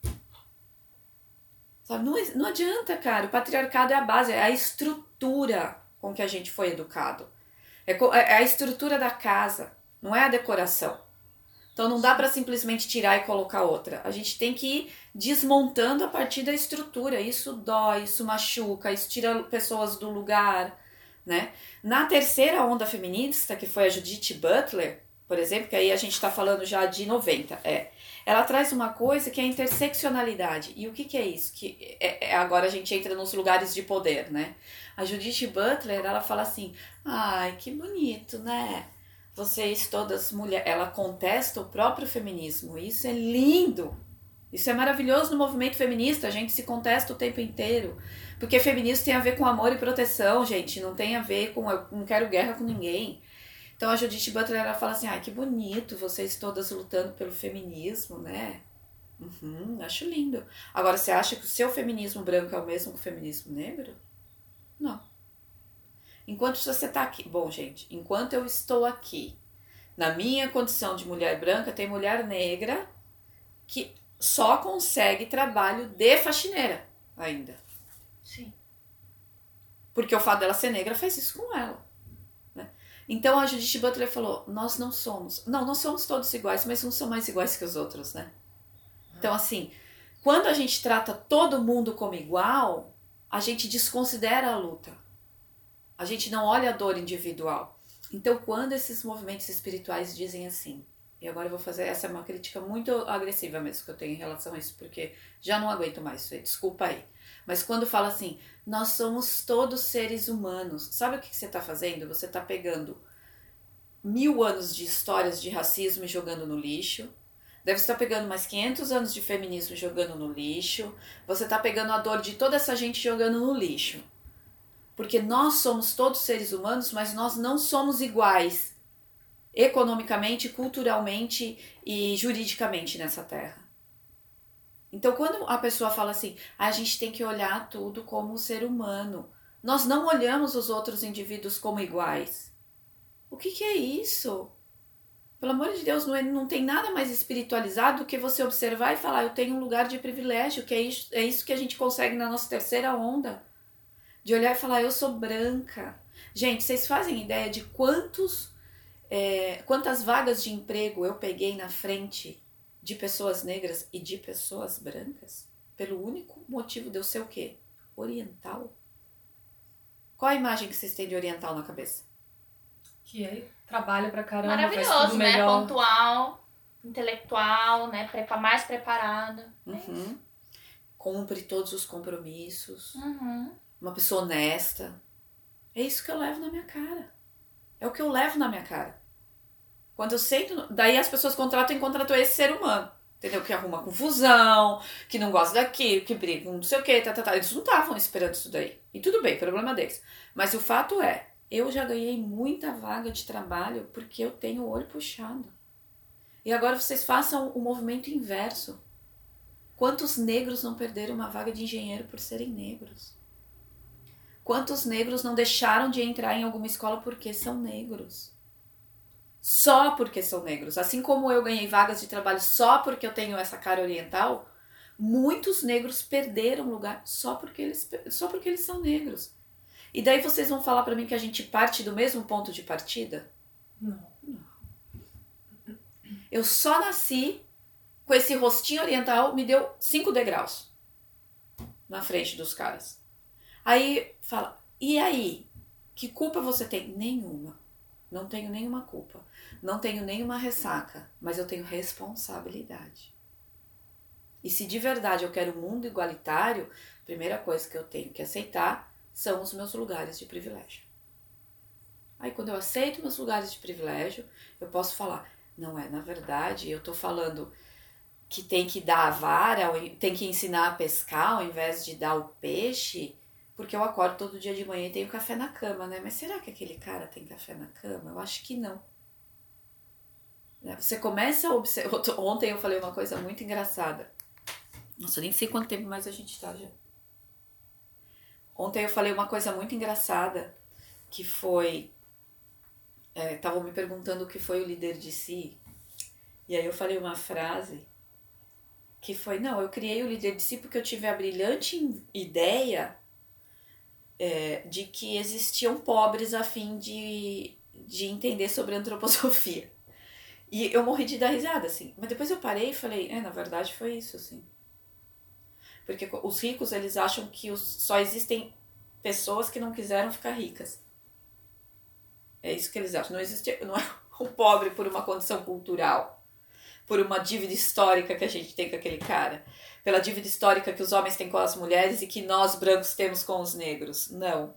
Sabe? Não adianta, cara. O patriarcado é a base, é a estrutura com que a gente foi educado. É a estrutura da casa, não é a decoração. Então não dá para simplesmente tirar e colocar outra. A gente tem que ir desmontando a partir da estrutura. Isso dói, isso machuca, isso tira pessoas do lugar, né? Na terceira onda feminista, que foi a Judith Butler, por exemplo, que aí a gente está falando já de 90, ela traz uma coisa que é a interseccionalidade. E o que é isso? Que agora a gente entra nos lugares de poder, né? A Judith Butler, ela fala assim, ai, que bonito, né? Vocês todas mulheres... Ela contesta o próprio feminismo. Isso é lindo. Isso é maravilhoso no movimento feminista. A gente se contesta o tempo inteiro. Porque feminismo tem a ver com amor e proteção, gente. Não tem a ver com... Eu não quero guerra com ninguém. Então a Judith Butler, ela fala assim, ai, que bonito vocês todas lutando pelo feminismo, né? Acho lindo. Agora, você acha que o seu feminismo branco é o mesmo que o feminismo negro? Não. Enquanto você tá aqui... Bom, gente, enquanto eu estou aqui, na minha condição de mulher branca, tem mulher negra que só consegue trabalho de faxineira ainda. Sim. Porque o fato dela ser negra faz isso com ela. Então a Judith Butler falou, nós não somos todos iguais, mas uns são mais iguais que os outros, né? Então assim, quando a gente trata todo mundo como igual, a gente desconsidera a luta. A gente não olha a dor individual. Então quando esses movimentos espirituais dizem assim, e agora eu vou fazer, essa é uma crítica muito agressiva mesmo que eu tenho em relação a isso, porque já não aguento mais, desculpa aí. Mas quando fala assim, nós somos todos seres humanos, sabe o que você está fazendo? Você está pegando 1000 anos de histórias de racismo e jogando no lixo, deve estar pegando mais 500 anos de feminismo e jogando no lixo, você está pegando a dor de toda essa gente jogando no lixo. Porque nós somos todos seres humanos, mas nós não somos iguais economicamente, culturalmente e juridicamente nessa terra. Então, quando a pessoa fala assim, a gente tem que olhar tudo como ser humano, nós não olhamos os outros indivíduos como iguais. O que é isso? Pelo amor de Deus, não tem nada mais espiritualizado do que você observar e falar, eu tenho um lugar de privilégio, que é isso que a gente consegue na nossa terceira onda. De olhar e falar, eu sou branca. Gente, vocês fazem ideia de quantas vagas de emprego eu peguei na frente de pessoas negras e de pessoas brancas, pelo único motivo de eu ser o quê? Oriental. Qual a imagem que vocês têm de oriental na cabeça? Que é, trabalha pra caramba, maravilhoso, faz tudo né? melhor. Pontual, intelectual, né? Mais preparada. Cumpre todos os compromissos. Uhum. Uma pessoa honesta. É isso que eu levo na minha cara. É o que eu levo na minha cara. Quando eu sento... Daí as pessoas contratam esse ser humano. Entendeu? Que arruma confusão, que não gosta daquilo, que briga, não sei o que, Eles não estavam esperando isso daí. E tudo bem, problema deles. Mas o fato é, eu já ganhei muita vaga de trabalho porque eu tenho o olho puxado. E agora vocês façam o movimento inverso. Quantos negros não perderam uma vaga de engenheiro por serem negros? Quantos negros não deixaram de entrar em alguma escola porque são negros? Só porque são negros. Assim como eu ganhei vagas de trabalho só porque eu tenho essa cara oriental, muitos negros perderam lugar só porque eles são negros. E daí vocês vão falar pra mim que a gente parte do mesmo ponto de partida? Não. Eu só nasci com esse rostinho oriental, me deu 5 degraus na frente dos caras. Aí fala, E aí? Que culpa você tem? Nenhuma. Não tenho nenhuma culpa. Não tenho nenhuma ressaca. Mas eu tenho responsabilidade. E se de verdade eu quero um mundo igualitário, a primeira coisa que eu tenho que aceitar são os meus lugares de privilégio. Aí quando eu aceito meus lugares de privilégio, eu posso falar, não é, na verdade, eu tô falando que tem que dar a vara, tem que ensinar a pescar ao invés de dar o peixe, porque eu acordo todo dia de manhã e tenho café na cama, né? Mas será que aquele cara tem café na cama? Eu acho que não. Você começa a observar... Ontem eu falei uma coisa muito engraçada. Nossa, eu nem sei quanto tempo mais a gente tá já. Ontem eu falei uma coisa muito engraçada, que foi... Estavam me perguntando o que foi o líder de si. E aí eu falei uma frase que foi, não, eu criei o líder de si porque eu tive a brilhante ideia de que existiam pobres a fim de entender sobre antroposofia. E eu morri de dar risada, assim. Mas depois eu parei e falei, na verdade foi isso, assim. Porque os ricos, eles acham que só existem pessoas que não quiseram ficar ricas. É isso que eles acham. Não é o pobre por uma condição cultural, por uma dívida histórica que a gente tem com aquele cara, pela dívida histórica que os homens têm com as mulheres e que nós brancos temos com os negros. Não.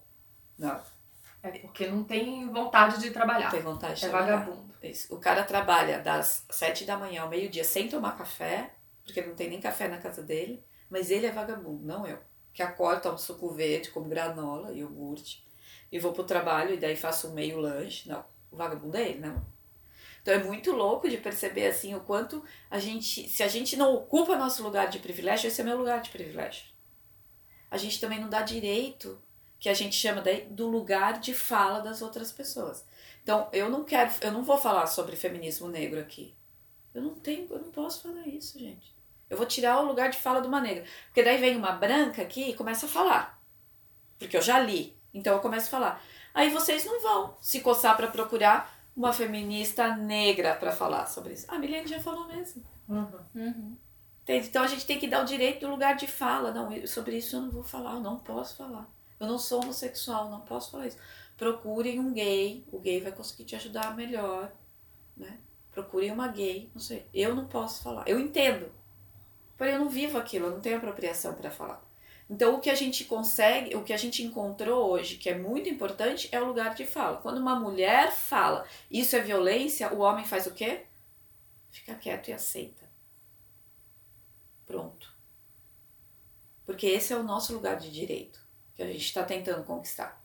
É porque não tem vontade de trabalhar. Não tem vontade de trabalhar. É vagabundo. Isso. O cara trabalha das 7 da manhã ao meio-dia sem tomar café, porque ele não tem nem café na casa dele, mas ele é vagabundo, não eu. Que acordo, tomo suco verde, como granola, iogurte, e vou pro trabalho e daí faço um meio lanche. Não, o vagabundo é ele, não. Então é muito louco de perceber assim o quanto se a gente não ocupa nosso lugar de privilégio, esse é meu lugar de privilégio. A gente também não dá direito, que a gente chama do lugar de fala das outras pessoas. Então eu não vou falar sobre feminismo negro aqui. Eu não posso falar isso, gente. Eu vou tirar o lugar de fala de uma negra. Porque daí vem uma branca aqui e começa a falar. Porque eu já li, então eu começo a falar. Aí vocês não vão se coçar para procurar uma feminista negra para falar sobre isso. A Milene já falou mesmo. Uhum. Entende? Então a gente tem que dar o direito do lugar de fala. Não, sobre isso eu não vou falar, eu não posso falar. Eu não sou homossexual, não posso falar isso. Procurem um gay, o gay vai conseguir te ajudar melhor, né? Procurem uma gay, não sei. Eu não posso falar. Eu entendo, porém eu não vivo aquilo, eu não tenho apropriação para falar. Então o que a gente consegue, o que a gente encontrou hoje, que é muito importante, é o lugar de fala. Quando uma mulher fala, isso é violência, o homem faz o quê? Fica quieto e aceita. Pronto. Porque esse é o nosso lugar de direito, que a gente está tentando conquistar.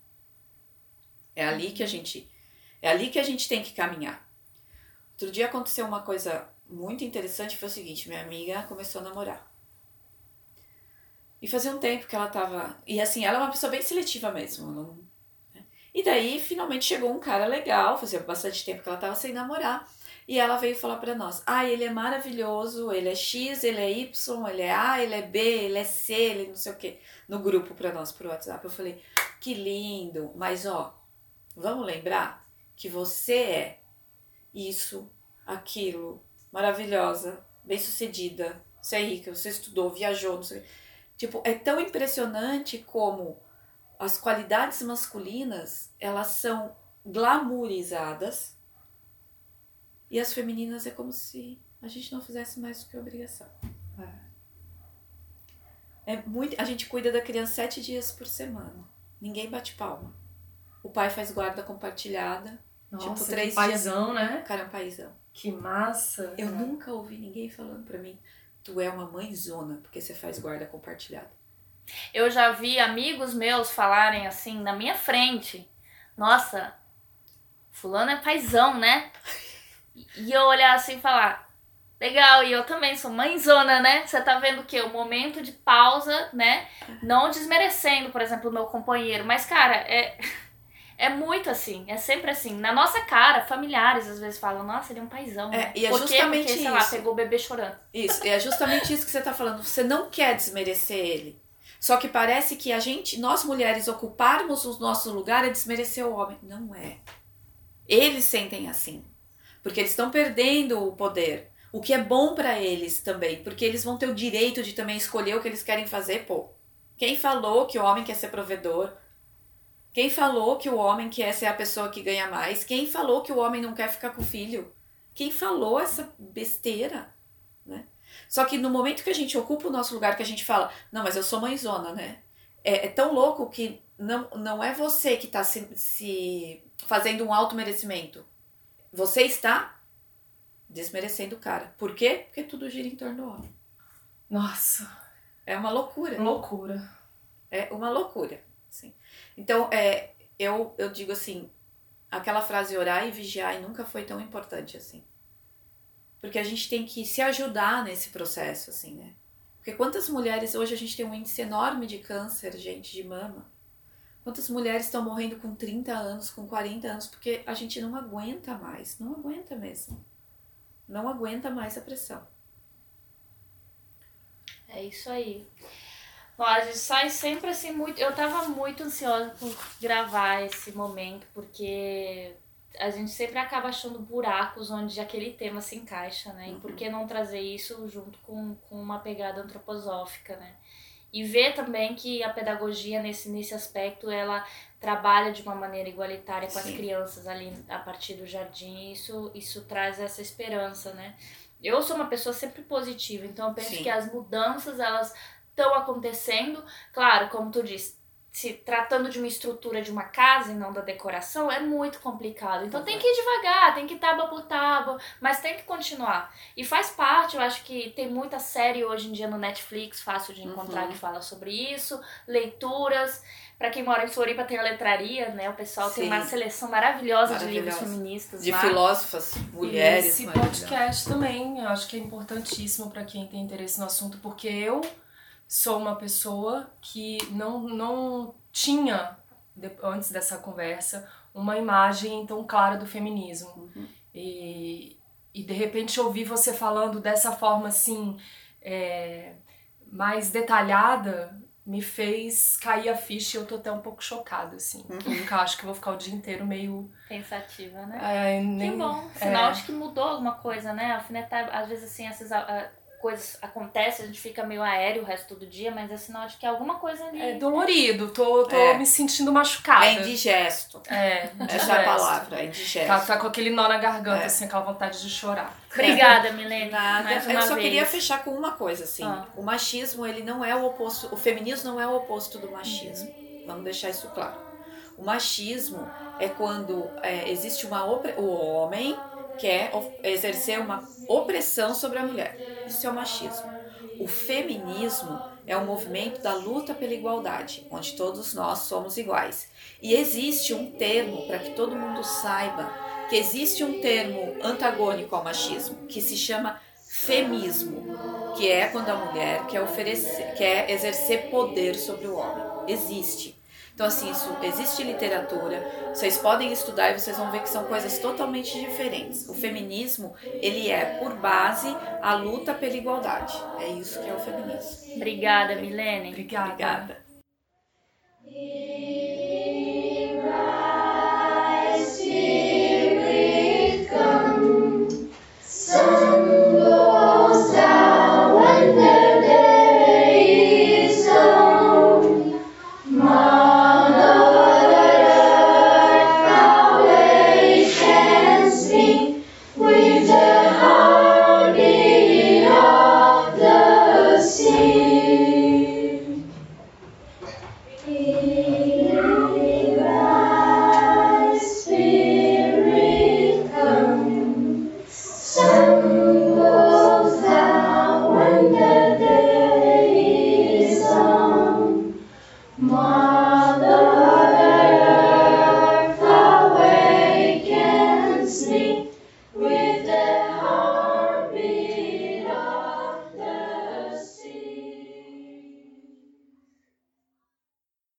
É ali que a gente tem que caminhar. Outro dia aconteceu uma coisa muito interessante, foi o seguinte, minha amiga começou a namorar. E fazia um tempo que ela tava... E assim, ela é uma pessoa bem seletiva mesmo. E daí, finalmente, chegou um cara legal, fazia bastante tempo que ela tava sem namorar. E ela veio falar pra nós, ele é maravilhoso, ele é X, ele é Y, ele é A, ele é B, ele é C, ele não sei o quê. No grupo pra nós, pro WhatsApp. Eu falei, que lindo, mas vamos lembrar que você é isso, aquilo, maravilhosa, bem-sucedida, você é rica, você estudou, viajou, não sei o quê. Tipo, é tão impressionante como as qualidades masculinas, elas são glamourizadas e as femininas é como se a gente não fizesse mais do que obrigação. A gente cuida da criança 7 dias por semana. Ninguém bate palma. O pai faz guarda compartilhada. Nossa, tipo, 3 que paizão, dias. né? O cara é um paizão. Que massa. Eu nunca ouvi ninguém falando pra mim, tu é uma mãezona, porque você faz guarda compartilhada. Eu já vi amigos meus falarem assim na minha frente, nossa, fulano é paizão, né? E eu olhar assim e falar, legal, e eu também sou mãezona, né? Você tá vendo o quê? O momento de pausa, né? Não desmerecendo, por exemplo, o meu companheiro, mas, cara, é muito assim, é sempre assim. Na nossa cara, familiares às vezes falam, nossa, ele é um paizão, né? E é Por quê? justamente Porque, sei lá, pegou o bebê chorando. Isso, e é justamente isso que você tá falando. Você não quer desmerecer ele. Só que parece que nós mulheres, ocuparmos o nosso lugar é desmerecer o homem. Não é. Eles sentem assim. Porque eles estão perdendo o poder. O que é bom pra eles também. Porque eles vão ter o direito de também escolher o que eles querem fazer, pô. Quem falou que o homem quer ser provedor? Quem falou que o homem quer ser a pessoa que ganha mais? Quem falou que o homem não quer ficar com o filho? Quem falou essa besteira, né? Só que no momento que a gente ocupa o nosso lugar, que a gente fala, não, mas eu sou mãezona, né? É tão louco que não é você que está se fazendo um auto-merecimento. Você está desmerecendo o cara. Por quê? Porque tudo gira em torno do homem. Nossa. É uma loucura. Loucura. É uma loucura. Assim. Então, eu digo assim, aquela frase orar e vigiar nunca foi tão importante assim. Porque a gente tem que se ajudar nesse processo, assim, né? Porque quantas mulheres, hoje a gente tem um índice enorme de câncer, gente, de mama. Quantas mulheres estão morrendo com 30 anos, com 40 anos, porque a gente não aguenta mais, não aguenta mesmo. Não aguenta mais a pressão. É isso aí. Bom, a gente sai sempre assim muito... Eu tava muito ansiosa por gravar esse momento, porque a gente sempre acaba achando buracos onde aquele tema se encaixa, né? E por que não trazer isso junto com uma pegada antroposófica, né? E ver também que a pedagogia nesse aspecto, ela trabalha de uma maneira igualitária com as crianças ali a partir do jardim, e isso traz essa esperança, né? Eu sou uma pessoa sempre positiva, então eu penso que as mudanças, elas estão acontecendo. Claro, como tu disse, se tratando de uma estrutura de uma casa e não da decoração, é muito complicado. Então tem que ir devagar, tem que ir tábua por tábua, mas tem que continuar. E faz parte, eu acho que tem muita série hoje em dia no Netflix, fácil de encontrar, que fala sobre isso, leituras. Pra quem mora em Floripa tem a letraria, né? O pessoal tem uma seleção maravilhosa de livros feministas de lá. filósofas, mulheres. Esse podcast também, eu acho que é importantíssimo pra quem tem interesse no assunto, porque eu sou uma pessoa que não tinha, antes dessa conversa, uma imagem tão clara do feminismo. E de repente ouvir você falando dessa forma assim, mais detalhada, me fez cair a ficha e eu tô até um pouco chocada, assim. Eu acho que eu vou ficar o dia inteiro meio... pensativa, né? Que bom. Sinal de que mudou alguma coisa, né? Alfinetar, às vezes assim, essas coisas acontecem, a gente fica meio aéreo o resto do dia, mas é sinal de que alguma coisa ali... É dolorido, tô me sentindo machucada. É indigesto. Essa é a palavra, é indigesto. Tá com aquele nó na garganta, assim, aquela vontade de chorar. Obrigada, Milene. Eu só queria fechar com uma coisa, assim. O machismo, ele não é o oposto... O feminismo não é o oposto do machismo. Vamos deixar isso claro. O machismo é quando existe o homem quer exercer uma opressão sobre a mulher. Isso é o machismo. O feminismo é um movimento da luta pela igualdade, onde todos nós somos iguais. E existe um termo, para que todo mundo saiba, que existe um termo antagônico ao machismo, que se chama femismo, que é quando a mulher quer exercer poder sobre o homem. Existe. Então, assim, existe literatura, vocês podem estudar e vocês vão ver que são coisas totalmente diferentes. O feminismo, ele é, por base, a luta pela igualdade. É isso que é o feminismo. Obrigada, Milene. Obrigada.